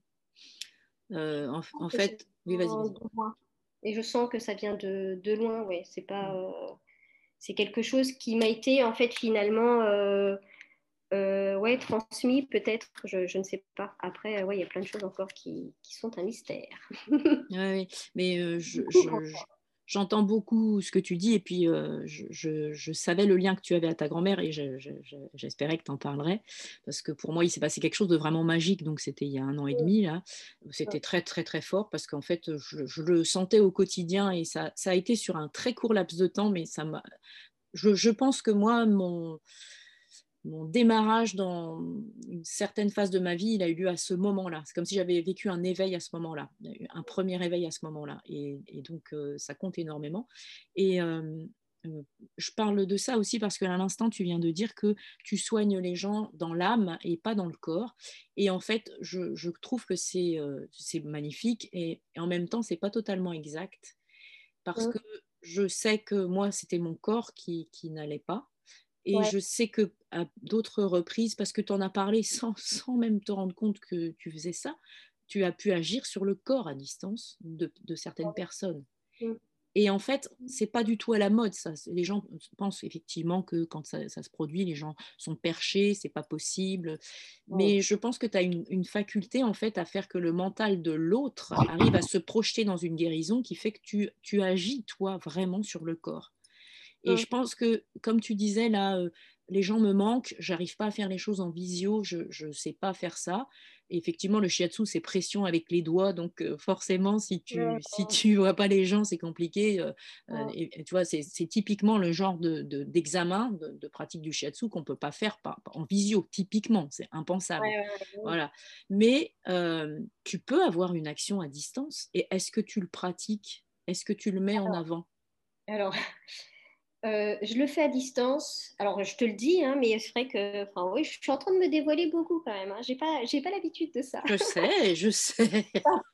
Euh, en, en Et ça fait, oui, vas-y, vient vas-y. de loin. Et je sens que ça vient de, de loin, ouais. C'est pas, Mm. euh, c'est quelque chose qui m'a été, en fait, finalement, euh, euh, ouais, transmis, peut-être, je, je ne sais pas. Après, euh, ouais, il y a plein de choses encore qui, qui sont un mystère. Oui, oui. Mais euh, je, Beaucoup. je- je- j'entends beaucoup ce que tu dis et puis euh, je, je- je savais le lien que tu avais à ta grand-mère et je- je- je- j'espérais que tu en parlerais parce que pour moi, il s'est passé quelque chose de vraiment magique. Donc, c'était il y a un an et demi, là. C'était très, très, très fort parce qu'en fait, je, je le sentais au quotidien et ça, ça a été sur un très court laps de temps, mais ça m'a. Je, je pense que moi, mon mon démarrage dans une certaine phase de ma vie, il a eu lieu à ce moment-là. C'est comme si j'avais vécu un éveil à ce moment-là, un premier éveil à ce moment-là. Et, et donc, euh, ça compte énormément. Et euh, euh, je parle de ça aussi parce qu'à l'instant, tu viens de dire que tu soignes les gens dans l'âme et pas dans le corps. Et en fait, je, je trouve que c'est euh, c'est magnifique et, et en même temps, c'est pas totalement exact parce Mm. que je sais que moi, c'était mon corps qui, qui n'allait pas. Et Ouais. je sais que à d'autres reprises, parce que tu en as parlé sans, sans même te rendre compte que tu faisais ça, tu as pu agir sur le corps à distance de, de certaines personnes. Mm. Et en fait, c'est pas du tout à la mode, ça. Les gens pensent effectivement que quand ça, ça se produit, les gens sont perchés, c'est pas possible. Mm. Mais je pense que tu as une, une faculté en fait à faire que le mental de l'autre arrive à se projeter dans une guérison qui fait que tu, tu agis toi vraiment sur le corps. Et Mm. je pense que, comme tu disais, là, euh, les gens me manquent, j'arrive pas à faire les choses en visio, je ne sais pas faire ça. Et effectivement, le shiatsu, c'est pression avec les doigts, donc euh, forcément, si tu Ouais. si tu vois pas les gens, c'est compliqué. Euh, euh, Mm. et, et tu vois, c'est c'est typiquement le genre de, de- d'examen, de, de pratique du shiatsu qu'on peut pas faire par- en visio, typiquement, c'est impensable. Ouais, ouais, ouais. Voilà. Mais euh, tu peux avoir une action à distance. Et est-ce que tu le pratiques? Est-ce que tu le mets en Alors, avant? alors euh, je le fais à distance. Alors, je te le dis, hein, mais c'est vrai que, enfin, oui, je suis en train de me dévoiler beaucoup quand même. Hein. J'ai pas, j'ai pas l'habitude de ça. Je sais, je sais.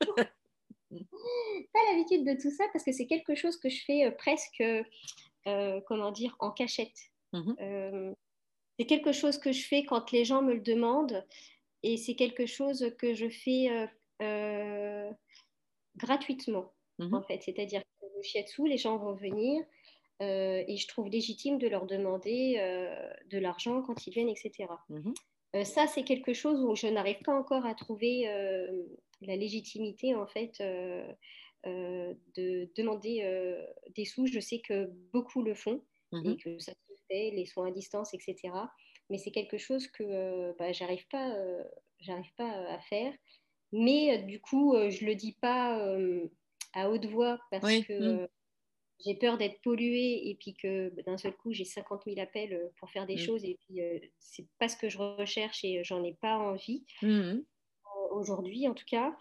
Pas l'habitude de tout ça parce que c'est quelque chose que je fais euh, presque, euh, comment dire, en cachette. Mhm, Euh, c'est quelque chose que je fais quand les gens me le demandent et c'est quelque chose que je fais euh, euh, gratuitement, mhm, en fait. C'est-à-dire que le shiatsu, les gens vont venir euh, et je trouve légitime de leur demander euh, de l'argent quand ils viennent, et cetera. mhm, Euh, ça, c'est quelque chose où je n'arrive pas encore à trouver euh, la légitimité, en fait, euh, euh, de demander euh, des sous. Je sais que beaucoup le font et mhm. que ça se fait, les soins à distance, et cetera. Mais c'est quelque chose que euh, bah, j'arrive pas, euh, j'arrive pas à faire. Mais euh, du coup, euh, je le dis pas euh, à haute voix parce Oui, que mhm, euh, j'ai peur d'être polluée et puis que bah, d'un seul coup j'ai cinquante mille appels euh, pour faire des mhm, choses et puis euh, c'est pas ce que je recherche et euh, j'en ai pas envie mhm, euh, aujourd'hui en tout cas.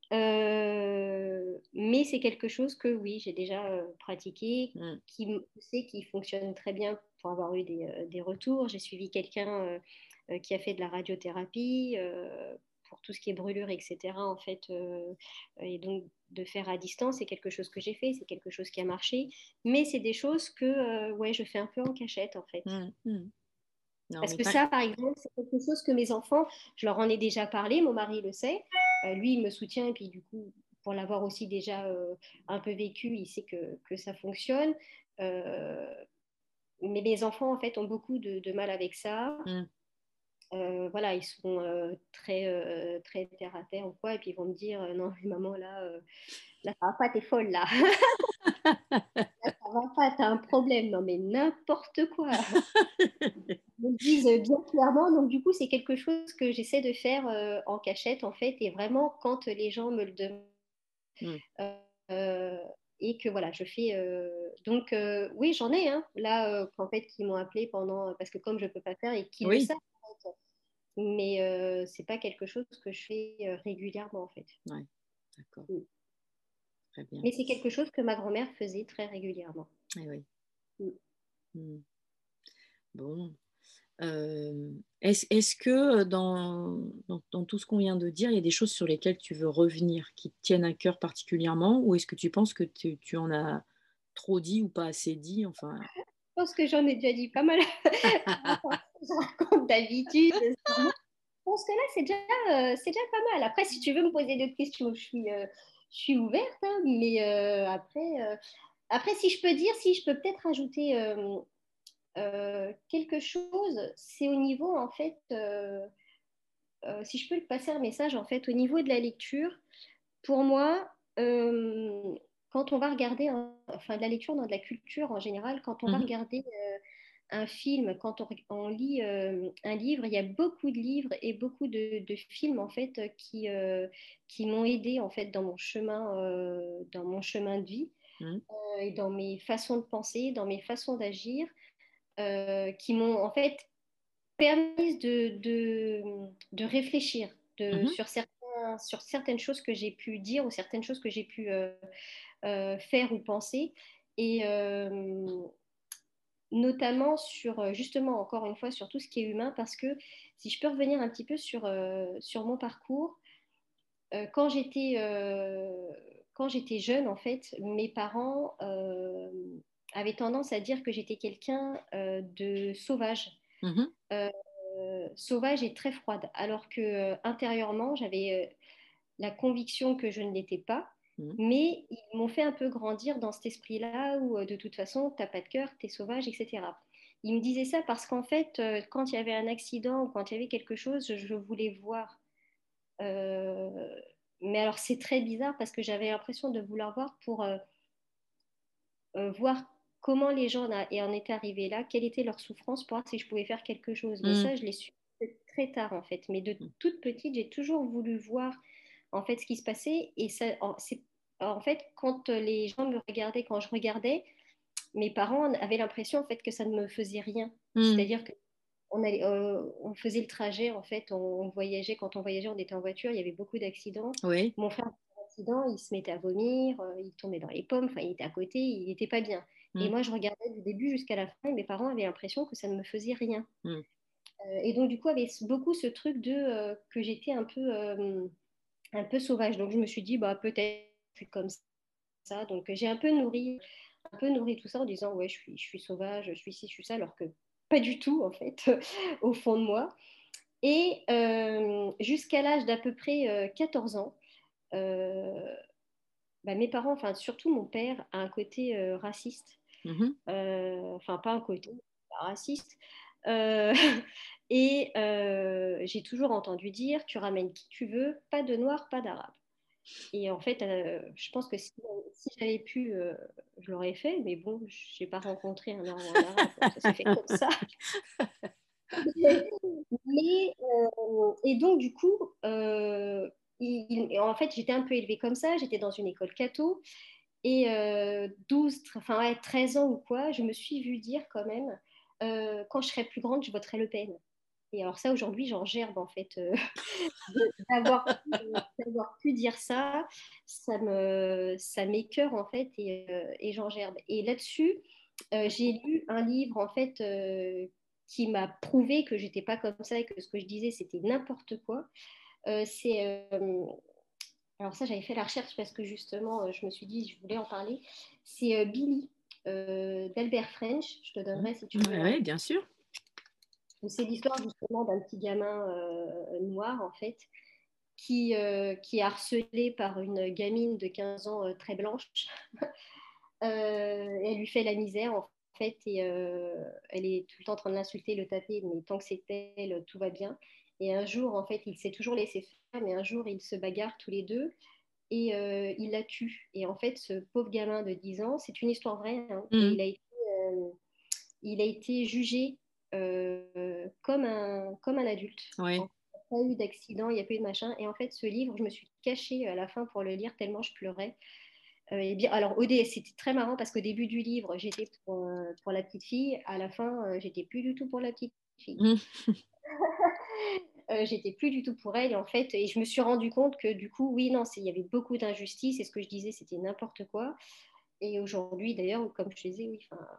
Euh, mais c'est quelque chose que oui, j'ai déjà euh, pratiqué, mhm, qui me- je sais qui fonctionne très bien pour avoir eu des, euh, des retours. J'ai suivi quelqu'un euh, euh, qui a fait de la radiothérapie euh, pour tout ce qui est brûlure, et cetera. En fait, euh, et donc de faire à distance, c'est quelque chose que j'ai fait, c'est quelque chose qui a marché. Mais c'est des choses que euh, ouais, je fais un peu en cachette en fait. mhm, mhm. Non, Parce mais que t'as- ça, par exemple, c'est quelque chose que mes enfants, je leur en ai déjà parlé, mon mari le sait. Euh, lui, il me soutient et puis du coup, pour l'avoir aussi déjà euh, un peu vécu, il sait que, que ça fonctionne. Euh, mais mes enfants, en fait, ont beaucoup de, de mal avec ça. mhm. Euh, voilà, ils sont euh, très, euh, très terre à terre ou quoi, et puis ils vont me dire, euh, non, mais maman, là, euh, là, ça va pas, t'es folle, là. Là, ça va pas, t'as un problème. Non, mais n'importe quoi. Me le disent bien clairement. Donc, du coup, c'est quelque chose que j'essaie de faire euh, en cachette, en fait, et vraiment quand les gens me le demandent. Mhm. Euh, et que voilà, je fais. Euh, donc, euh, oui, j'en ai, hein, là, euh, en fait, qui m'ont appelé pendant. Parce que comme je ne peux pas faire et qu'ils le Oui, savent, en fait. Mais euh, c'est pas quelque chose que je fais euh, régulièrement, en fait. ouais, d'accord, Mm. très bien. Mais c'est quelque chose que ma grand-mère faisait très régulièrement. Eh oui. Mm. Mhm. Bon. Euh, est-ce, est-ce que dans, dans, dans tout ce qu'on vient de dire, il y a des choses sur lesquelles tu veux revenir, qui te tiennent à cœur particulièrement, ou est-ce que tu penses que tu, tu en as trop dit ou pas assez dit, enfin... Je pense que j'en ai déjà dit pas mal par rapport à ce que je raconte d'habitude. Je pense que là, c'est déjà, euh, c'est déjà pas mal. Après, si tu veux me poser d'autres questions, je suis, euh, je suis ouverte. Hein, mais euh, après, euh, après, si je peux dire, si je peux peut-être ajouter euh, euh, quelque chose, c'est au niveau, en fait, euh, euh, si je peux passer un message, en fait, au niveau de la lecture, pour moi, euh, quand on va regarder, un- enfin, de la lecture, dans de la culture en général, quand on va Mhm, regarder euh, un film, quand on, on lit euh, un livre, il y a beaucoup de livres et beaucoup de, de films en fait qui, euh, qui m'ont aidé en fait dans mon chemin, euh, dans mon chemin de vie mhm, euh, et dans mes façons de penser, dans mes façons d'agir, euh, qui m'ont en fait permis de, de, de réfléchir de, mhm, sur, certains, sur certaines choses que j'ai pu dire ou certaines choses que j'ai pu euh, euh, faire ou penser. Et, euh, notamment sur, euh, justement, encore une fois, sur tout ce qui est humain, parce que si je peux revenir un petit peu sur, euh, sur mon parcours, euh, quand j'étais euh, quand j'étais jeune, en fait, mes parents euh, avaient tendance à dire que j'étais quelqu'un euh, de sauvage. mhm, Euh, sauvage et très froide, alors que euh, intérieurement, j'avais euh, la conviction que je ne l'étais pas, mhm, mais ils m'ont fait un peu grandir dans cet esprit-là où euh, de toute façon, t'as pas de cœur, t'es sauvage, et cetera. Ils me disaient ça parce qu'en fait, euh, quand il y avait un accident ou quand il y avait quelque chose, je, je voulais voir. Euh, mais alors, c'est très bizarre parce que j'avais l'impression de vouloir voir pour euh, euh, voir comment les gens en, a- en étaient arrivés là, quelle était leur souffrance pour voir si je pouvais faire quelque chose. Mais mhm, ça, je l'ai su très tard en fait. Mais de toute petite, j'ai toujours voulu voir en fait ce qui se passait. Et ça, en, c'est, en fait, quand les gens me regardaient, quand je regardais, mes parents avaient l'impression en fait que ça ne me faisait rien. mhm. C'est-à-dire que on, allait, euh, on faisait le trajet, en fait, on, on voyageait, quand on voyageait, on était en voiture, il y avait beaucoup d'accidents. Oui. Mon frère, avait un accident, il se mettait à vomir, euh, il tombait dans les pommes, enfin, il était à côté, il n'était pas bien. Et Mhm, moi, je regardais du début jusqu'à la fin, et mes parents avaient l'impression que ça ne me faisait rien. mhm, Euh, et donc, du coup, avait beaucoup ce truc de euh, que j'étais un peu, euh, un peu sauvage. Donc, je me suis dit, bah, peut-être je suis comme ça. Donc, j'ai un peu nourri, un peu nourri tout ça en disant, ouais, je suis, je suis sauvage, je suis ci, je suis ça, alors que pas du tout, en fait, au fond de moi. Et euh, jusqu'à l'âge d'à peu près euh, quatorze ans, euh, bah, mes parents, enfin surtout mon père, a un côté euh, raciste. mhm. Euh, enfin, pas un côté, pas raciste. Euh, et euh, j'ai toujours entendu dire, tu ramènes qui tu veux, pas de noir, pas d'arabe. Et en fait, euh, je pense que si, si j'avais pu, euh, je l'aurais fait, mais bon, je n'ai pas rencontré un noir ou un arabe, ça s'est fait comme ça. Mais, euh, et donc, du coup, euh, il- il- en fait, j'étais un peu élevée comme ça. J'étais dans une école catho. Et euh, douze, tr- enfin, ouais, treize ans ou quoi, je me suis vue dire quand même, euh, quand je serai plus grande, je voterai Le Pen. Et alors ça, aujourd'hui, j'en gerbe, en fait. euh, de- d'avoir, pu- d'avoir pu dire ça, ça me, ça m'écœure, en fait, et, euh, et j'en gerbe. Et là-dessus, euh, j'ai lu un livre, en fait, euh, qui m'a prouvé que j'étais pas comme ça et que ce que je disais, c'était n'importe quoi. Euh, c'est, euh, alors ça, j'avais fait la recherche parce que justement, euh, je me suis dit, je voulais en parler. C'est euh, Billy euh, d'Albert French. Je te donnerai si tu veux. Ouais, un- ouais, bien sûr. C'est l'histoire justement d'un petit gamin euh, noir, en fait, qui, euh, qui est harcelé par une gamine de quinze ans euh, très blanche. Euh, elle lui fait la misère, en fait, et euh, elle est tout le temps en train de l'insulter, le taper, mais tant que c'est elle, tout va bien. Et un jour, en fait, il s'est toujours laissé faire, mais un jour, ils se bagarrent tous les deux et euh, il la tue. Et en fait, ce pauvre gamin de dix ans, c'est une histoire vraie, hein, et Mhm. il a été, euh, il a été jugé euh, comme un, comme un adulte. En Ouais. fait, il n'y a pas eu d'accident, il n'y a pas eu de machin. Et en fait, ce livre, je me suis cachée à la fin pour le lire tellement je pleurais. Euh, et bien, alors, au dé, c'était très marrant parce qu'au début du livre, j'étais pour, euh, pour la petite fille. À la fin, euh, j'étais plus du tout pour la petite fille. Mhm. Euh, j'étais plus du tout pour elle, en fait. Et je me suis rendu compte que du coup, oui, non, il y avait beaucoup d'injustice. Et ce que je disais, c'était n'importe quoi. Et aujourd'hui, d'ailleurs, comme je disais, oui,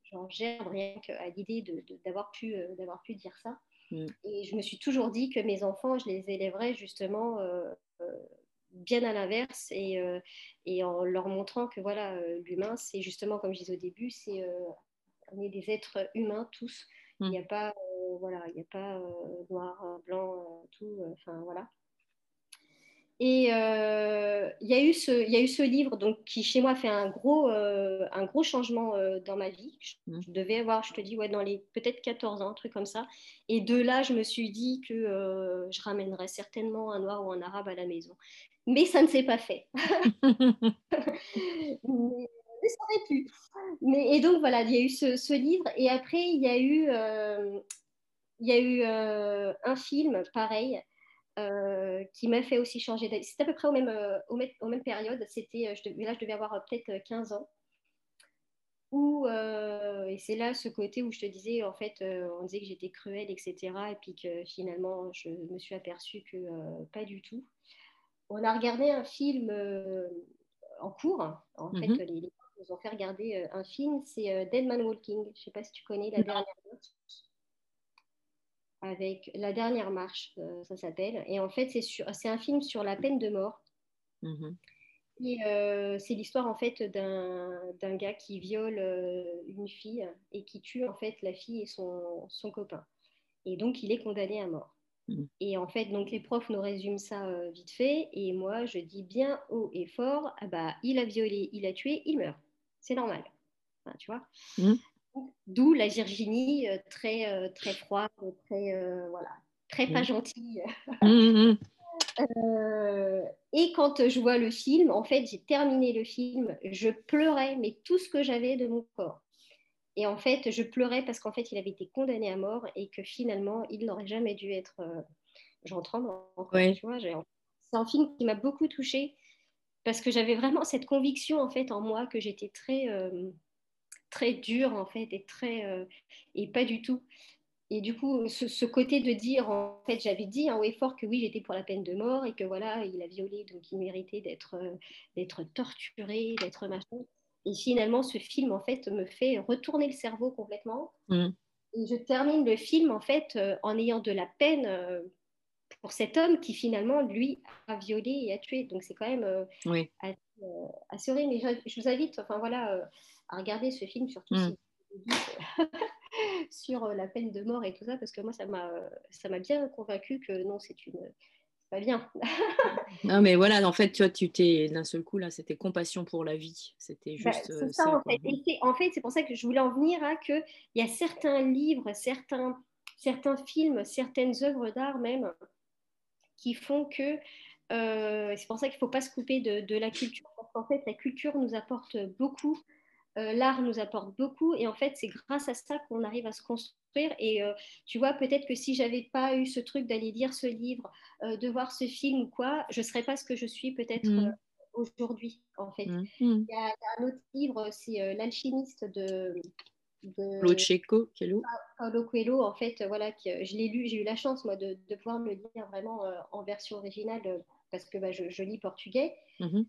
j'en gerbe rien qu'à l'idée de, de, d'avoir, pu, euh, d'avoir pu dire ça. Mm. Et je me suis toujours dit que mes enfants, je les élèverais justement euh, euh, bien à l'inverse et, euh, et en leur montrant que voilà, euh, l'humain, c'est justement, comme je disais au début, c'est, euh, on est des êtres humains tous. Il Mm. n'y a pas, euh, voilà, il n'y a pas euh, noir, blanc, euh, tout. Enfin, euh, voilà. Et euh, il y a eu ce, il y a eu ce livre donc, qui, chez moi, fait un gros, euh, un gros changement euh, dans ma vie. Je, Mm. je devais avoir, je te dis, ouais, dans les peut-être quatorze ans, un truc comme ça. Et de là, je me suis dit que euh, je ramènerais certainement un noir ou un arabe à la maison. Mais ça ne s'est pas fait. mais, mais ça aurait pu. Mais, et donc, voilà, il y a eu ce, ce livre. Et après, il y a eu, euh, il y a eu euh, un film, pareil, euh, qui m'a fait aussi changer d'avis. C'était à peu près au même, euh, au même, aux mêmes périodes. C'était, euh, je devais, là, je devais avoir euh, peut-être quinze ans. Où, euh, et c'est là ce côté où je te disais, en fait, euh, on disait que j'étais cruelle, et cetera. Et puis que finalement, je me suis aperçue que euh, pas du tout. On a regardé un film euh, en cours. En fait, Mm-hmm. les, les profs nous ont fait regarder euh, un film. C'est euh, Dead Man Walking. Je ne sais pas si tu connais La Dernière Marche. Avec La Dernière Marche, euh, ça s'appelle. Et en fait, c'est, sur, c'est un film sur la peine de mort. Mm-hmm. Et euh, c'est l'histoire en fait d'un, d'un gars qui viole euh, une fille et qui tue en fait la fille et son, son copain. Et donc il est condamné à mort. Mm. Et en fait, donc les profs nous résument ça euh, vite fait. Et moi, je dis bien haut et fort, ah bah, il a violé, il a tué, il meurt. C'est normal. Enfin, tu vois. Mm. D'où la Virginie euh, très, euh, très froide, très, euh, voilà, très pas Mm. gentille. Mm. Euh, et quand je vois le film, en fait, j'ai terminé le film, je pleurais, mais tout ce que j'avais de mon corps. Et en fait, je pleurais parce qu'en fait, il avait été condamné à mort et que finalement, il n'aurait jamais dû être. Euh, j'en tremble encore, Ouais. tu vois. J'ai... C'est un film qui m'a beaucoup touchée parce que j'avais vraiment cette conviction en fait en moi que j'étais très, euh, très dure en fait et très euh, et pas du tout. Et du coup, ce, ce, côté de dire, en fait, j'avais dit hein, haut et fort que oui, j'étais pour la peine de mort et que voilà, il a violé, donc il méritait d'être, euh, d'être torturé, d'être machin. Et finalement, ce film, en fait, me fait retourner le cerveau complètement. Mm. Et je termine le film, en fait, euh, en ayant de la peine euh, pour cet homme qui, finalement, lui, a violé et a tué. Donc, c'est quand même euh, Oui. assez, euh, assez horrible. Mais je, je, vous invite, enfin voilà, euh, à regarder ce film, surtout Mm. si vous sur la peine de mort et tout ça, parce que moi, ça m'a, ça m'a bien convaincu que non, c'est une, c'est pas bien. Non, mais voilà, en fait, tu vois, tu t'es d'un seul coup là, c'était compassion pour la vie. C'était Ben, juste c'est euh, ça ça, en quoi. fait. Et c'est, en fait, c'est pour ça que je voulais en venir à que il y a certains livres, certains, certains films, certaines œuvres d'art même qui font que euh, c'est pour ça qu'il ne faut pas se couper de, de la culture, parce qu'en fait, la culture nous apporte beaucoup. Euh, l'art nous apporte beaucoup et en fait c'est grâce à ça qu'on arrive à se construire et euh, tu vois peut-être que si j'avais pas eu ce truc d'aller lire ce livre, euh, de voir ce film ou quoi, je serais pas ce que je suis peut-être Mm. euh, aujourd'hui en fait. Mm. Mm. Il y, a, il y a un autre livre, c'est euh, L'alchimiste de, de Pacheco, Kello. Paulo Coelho en fait, euh, voilà, que je l'ai lu, j'ai eu la chance moi de, de pouvoir me le lire vraiment euh, en version originale euh, parce que bah, je, je lis portugais. Mm-hmm.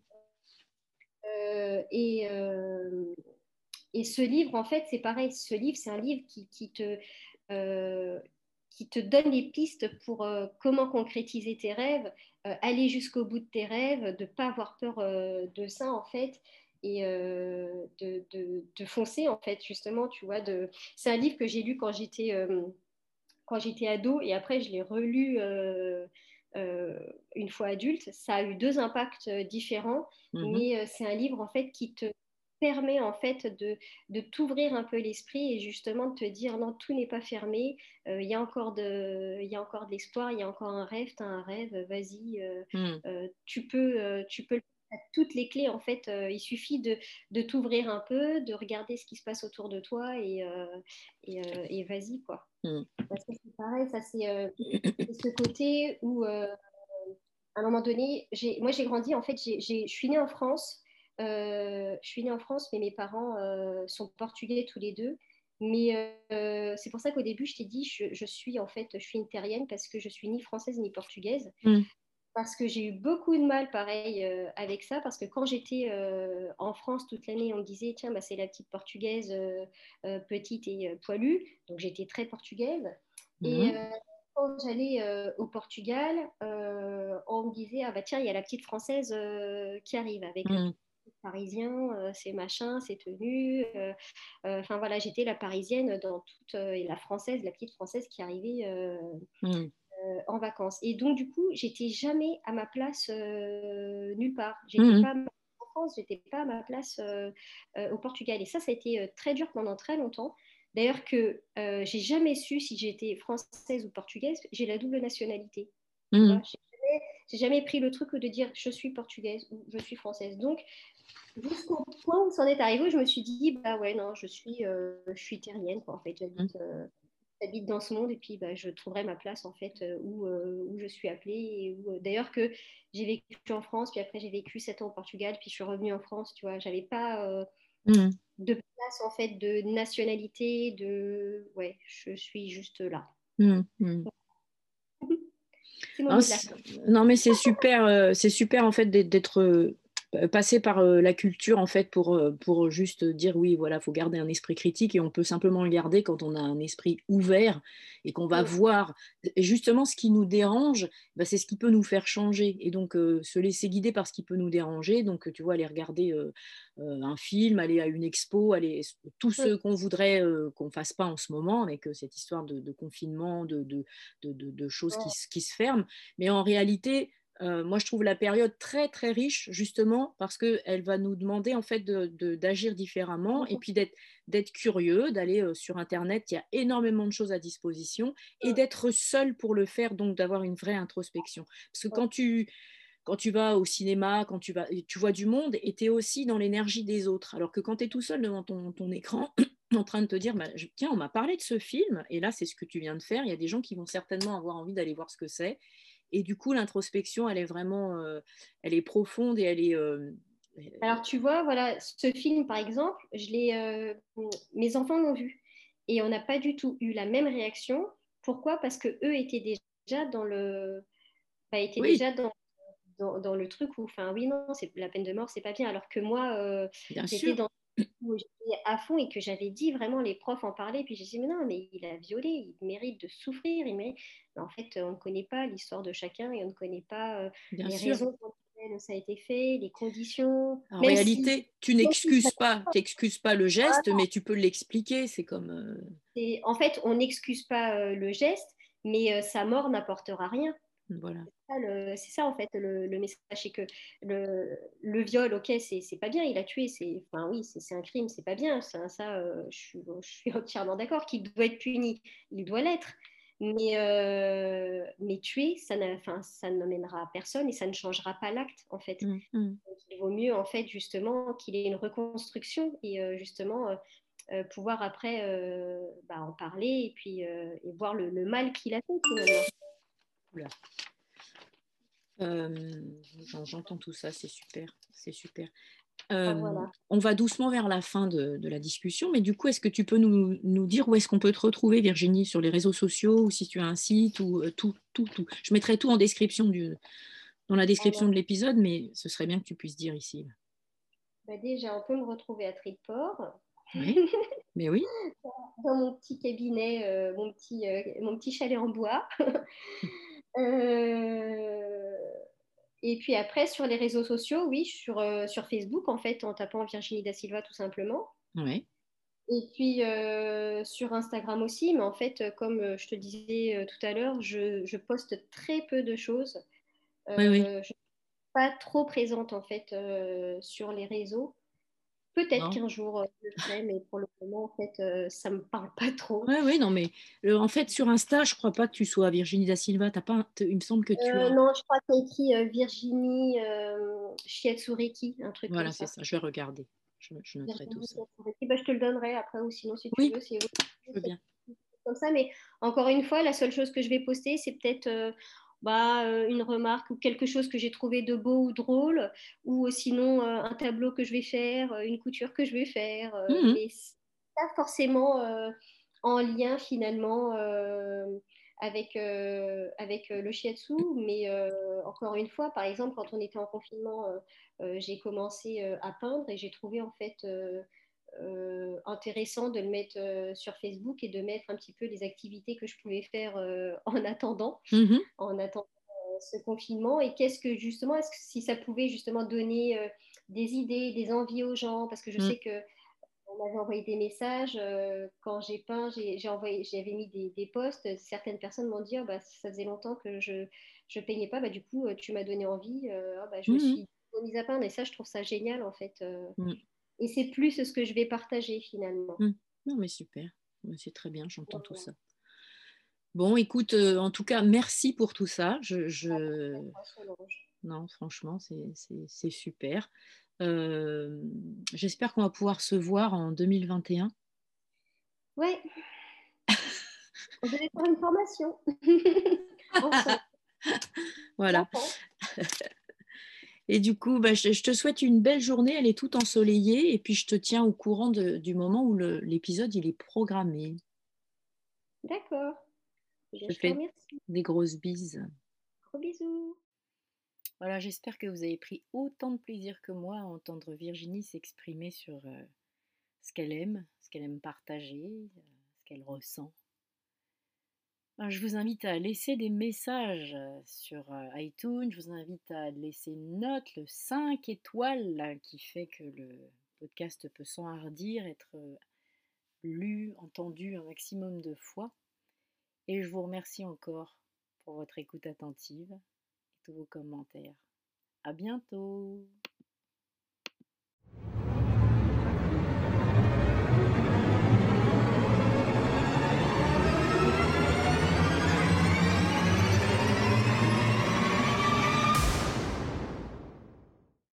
Euh, et, euh, Et ce livre, en fait, c'est pareil. Ce livre, c'est un livre qui, qui te, euh, qui te donne les pistes pour euh, comment concrétiser tes rêves, euh, aller jusqu'au bout de tes rêves, de ne pas avoir peur euh, de ça, en fait, et euh, de, de, de, foncer, en fait, justement, tu vois. De... C'est un livre que j'ai lu quand j'étais, euh, quand j'étais ado, et après, je l'ai relu euh, euh, une fois adulte. Ça a eu deux impacts euh, différents, Mm-hmm. mais euh, c'est un livre, en fait, qui te permet en fait de, de t'ouvrir un peu l'esprit et justement de te dire non, tout n'est pas fermé, euh, il y a encore de, il y a encore de l'espoir, il y a encore un rêve, tu as un rêve, vas-y, euh, Mm. euh, tu peux, euh, tu peux, t'as toutes les clés en fait, euh, il suffit de, de t'ouvrir un peu, de regarder ce qui se passe autour de toi et, euh, et, euh, et vas-y quoi. Mm. Parce que c'est pareil, ça c'est, euh, c'est ce côté où euh, à un moment donné, j'ai, moi j'ai grandi, en fait, j'ai, j'ai, je suis née en France, euh, je suis née en France, mais mes parents euh, sont portugais tous les deux. Mais euh, c'est pour ça qu'au début, je t'ai dit, je, je suis en fait, je suis une terrienne parce que je suis ni française ni portugaise. Mm. parce que j'ai eu beaucoup de mal, pareil, euh, avec ça, parce que quand j'étais euh, en France toute l'année, on me disait, tiens, bah, c'est la petite portugaise euh, euh, petite et euh, poilue, donc j'étais très portugaise. Et Mhm. euh, quand j'allais euh, au Portugal, euh, on me disait, ah bah tiens, il y a la petite française euh, qui arrive avec euh, Mhm. tout le parisien, euh, ses machins, ses tenues. euh, euh, Enfin voilà, j'étais la parisienne dans toute, euh, et la française, la petite française qui arrivait euh, Mhm. euh, en vacances. Et donc, du coup, j'étais jamais à ma place euh, nulle part. J'étais Mhm. pas à ma place en France, j'étais pas à ma place euh, euh, au Portugal. Et ça, ça a été euh, très dur pendant très longtemps. D'ailleurs, que euh, j'ai jamais su si j'étais française ou portugaise. J'ai la double nationalité. Tu vois, Mhm. j'ai jamais, j'ai jamais pris le truc de dire je suis portugaise ou je suis française. Donc, jusqu'au point où ça en est arrivé, où je me suis dit, bah ouais, non, je suis, euh, je suis terrienne, quoi, en fait. Mhm. J'habite euh, j'habite dans ce monde et puis bah, je trouverai ma place en fait euh, où, euh, où je suis appelée et où, euh, d'ailleurs que j'ai vécu en France puis après j'ai vécu sept ans au Portugal puis je suis revenue en France, tu vois, j'avais pas euh, Mhm. de place en fait de nationalité, de ouais, je suis juste là. Mhm. Mhm. C'est mon Non, mot de la c'est- fin. non, mais c'est super, euh, c'est super en fait d'être d'être, euh, passé par euh, la culture en fait pour, euh, pour juste dire oui, voilà, faut garder un esprit critique et on peut simplement le garder quand on a un esprit ouvert et qu'on va Mm. voir. Et justement, ce qui nous dérange, bah, c'est ce qui peut nous faire changer. Et donc, euh, se laisser guider par ce qui peut nous déranger. Donc, tu vois, aller regarder euh, euh, un film, aller à une expo, aller tout Mm. ce qu'on voudrait euh, qu'on fasse pas en ce moment avec euh, cette histoire de, de confinement, de, de, de, de, de choses qui, qui se ferment. Mais en réalité, euh, moi, je trouve la période très, très riche, justement, parce qu'elle va nous demander, en fait, de, de, d'agir différemment et puis d'être, d'être curieux, d'aller euh, sur Internet. Il y a énormément de choses à disposition et d'être seul pour le faire, donc d'avoir une vraie introspection. Parce que quand tu, quand tu vas au cinéma, quand tu, vas, tu vois du monde et tu es aussi dans l'énergie des autres. Alors que quand tu es tout seul devant ton, ton écran, en train de te dire, bah, je, tiens, on m'a parlé de ce film, et là, c'est ce que tu viens de faire. Il y a des gens qui vont certainement avoir envie d'aller voir ce que c'est. Et du coup, l'introspection, elle est vraiment, euh, elle est profonde et elle est... Euh, Alors tu vois, voilà, ce film par exemple, je l'ai, euh, mes enfants l'ont vu et on n'a pas du tout eu la même réaction. Pourquoi? Parce que eux étaient déjà dans le, bah, étaient oui, déjà dans dans, dans le truc où, enfin, oui, non, c'est la peine de mort, c'est pas bien. Alors que moi, euh, bien j'étais sûr. dans où j'étais à fond et que j'avais dit vraiment, les profs en parlaient. Puis j'ai dit, mais non, mais il a violé, il mérite de souffrir. Il mérite... Mais en fait, on ne connaît pas l'histoire de chacun et on ne connaît pas euh, Bien les sûr. raisons pour lesquelles ça a été fait, les conditions, En même si. réalité, tu n'excuses pas, t'excuses pas le geste, mais tu peux l'expliquer. C'est comme... euh, C'est- En fait, on n'excuse pas euh, le geste, mais euh, sa mort n'apportera rien. voilà. Ça, le- C'est ça en fait le, le message, c'est que le, le viol, ok, c'est c'est pas bien, il a tué, c'est, enfin oui, c'est c'est un crime, c'est pas bien, ça, ça euh, je, suis, je suis entièrement d'accord qu'il doit être puni, il doit l'être, mais, euh, mais tuer, ça n'a- enfin, ça n'amènera à personne et ça ne changera pas l'acte en fait. Mm, mm. Donc, il vaut mieux en fait justement qu'il ait une reconstruction et euh, justement euh, euh, pouvoir après euh, bah, en parler et puis euh, et voir le, le mal qu'il a fait finalement. Oula. Euh, j'entends tout ça, c'est super, c'est super. Enfin, Euh, voilà. on va doucement vers la fin de, de la discussion, mais du coup, est-ce que tu peux nous, nous dire où est-ce qu'on peut te retrouver, Virginie, sur les réseaux sociaux, ou si tu as un site, ou euh, tout, tout, tout. Je mettrai tout en description du, dans la description de Alors, l'épisode, mais ce serait bien que tu puisses dire ici. bah déjà, on peut me retrouver à Triport, Oui, mais oui. dans mon petit cabinet, euh, mon, petit, euh, mon petit chalet en bois. Euh, et puis après, sur les réseaux sociaux, oui, sur, euh, sur Facebook, en fait, en tapant Virginie Da Silva tout simplement. Oui, Et puis euh, sur Instagram aussi, mais en fait, euh, comme euh, je te disais euh, tout à l'heure, je, je poste très peu de choses. oui, oui. Euh, je ne suis pas trop présente en fait euh, sur les réseaux. Peut-être Non. qu'un jour euh, je le ferai, mais pour le moment, en fait, euh, ça me parle pas trop. Oui, oui, non, mais euh, en fait, sur Insta, je crois pas que tu sois Virginie Da Silva. T'as pas, un- t- il me semble que tu Euh, as. non, je crois qu'il y a écrit euh, Virginie euh, Shiatsureki, un truc comme Voilà, c'est ça. ça. Je vais regarder. Je, je noterai tout Virginie ça. Shiatsureki, bah, je te le donnerai après, ou sinon, si tu Oui, veux, c'est je veux bien. comme ça. Mais encore une fois, la seule chose que je vais poster, c'est peut-être euh, bah, euh, une remarque ou quelque chose que j'ai trouvé de beau ou drôle, ou sinon euh, un tableau que je vais faire, euh, une couture que je vais faire. Euh, Mhm. mais c'est pas forcément euh, en lien finalement. Euh, avec, euh, avec euh, le shiatsu, mais euh, encore une fois, par exemple, quand on était en confinement, euh, euh, j'ai commencé euh, à peindre et j'ai trouvé en fait euh, euh, intéressant de le mettre euh, sur Facebook et de mettre un petit peu les activités que je pouvais faire euh, en attendant, Mhm. en attendant euh, ce confinement. Et qu'est-ce que justement, est-ce que si ça pouvait justement donner euh, des idées, des envies aux gens, parce que je Mm. sais que on m'avait envoyé des messages euh, quand j'ai peint, j'ai, j'ai envoyé, j'avais mis des, des posts. Certaines personnes m'ont dit, oh, bah, ça faisait longtemps que je je peignais pas, bah, du coup, euh, tu m'as donné envie. Euh, oh, bah, je me Mhm. suis mise à peindre et ça, je trouve ça génial en fait. euh. Mm. Et c'est plus ce que je vais partager finalement. Mm. Non, mais super. Ouais, c'est très bien, j'entends tout Voilà. ça. Bon, écoute, euh, en tout cas, merci pour tout ça. Je, je... Moi, Solange. Non, franchement, c'est c'est- c'est super. Euh, J'espère qu'on va pouvoir se voir en deux mille vingt et un. Ouais, on devait faire une formation ensemble. Voilà. J'entends. Et du coup, bah, je, je te souhaite une belle journée. Elle est toute ensoleillée. Et puis, je te tiens au courant de- du moment où le- l'épisode il est programmé. D'accord. Eh bien, Je te je te fais remercie. des grosses bises. Gros bisous. Voilà, j'espère que vous avez pris autant de plaisir que moi à entendre Virginie s'exprimer sur euh, ce qu'elle aime, ce qu'elle aime partager, euh, ce qu'elle ressent. Alors, je vous invite à laisser des messages euh, sur euh, iTunes, je vous invite à laisser une note, le cinq étoiles là, qui fait que le podcast peut s'enhardir, être euh, lu, entendu un maximum de fois. Et je vous remercie encore pour votre écoute attentive et tous vos commentaires. À bientôt!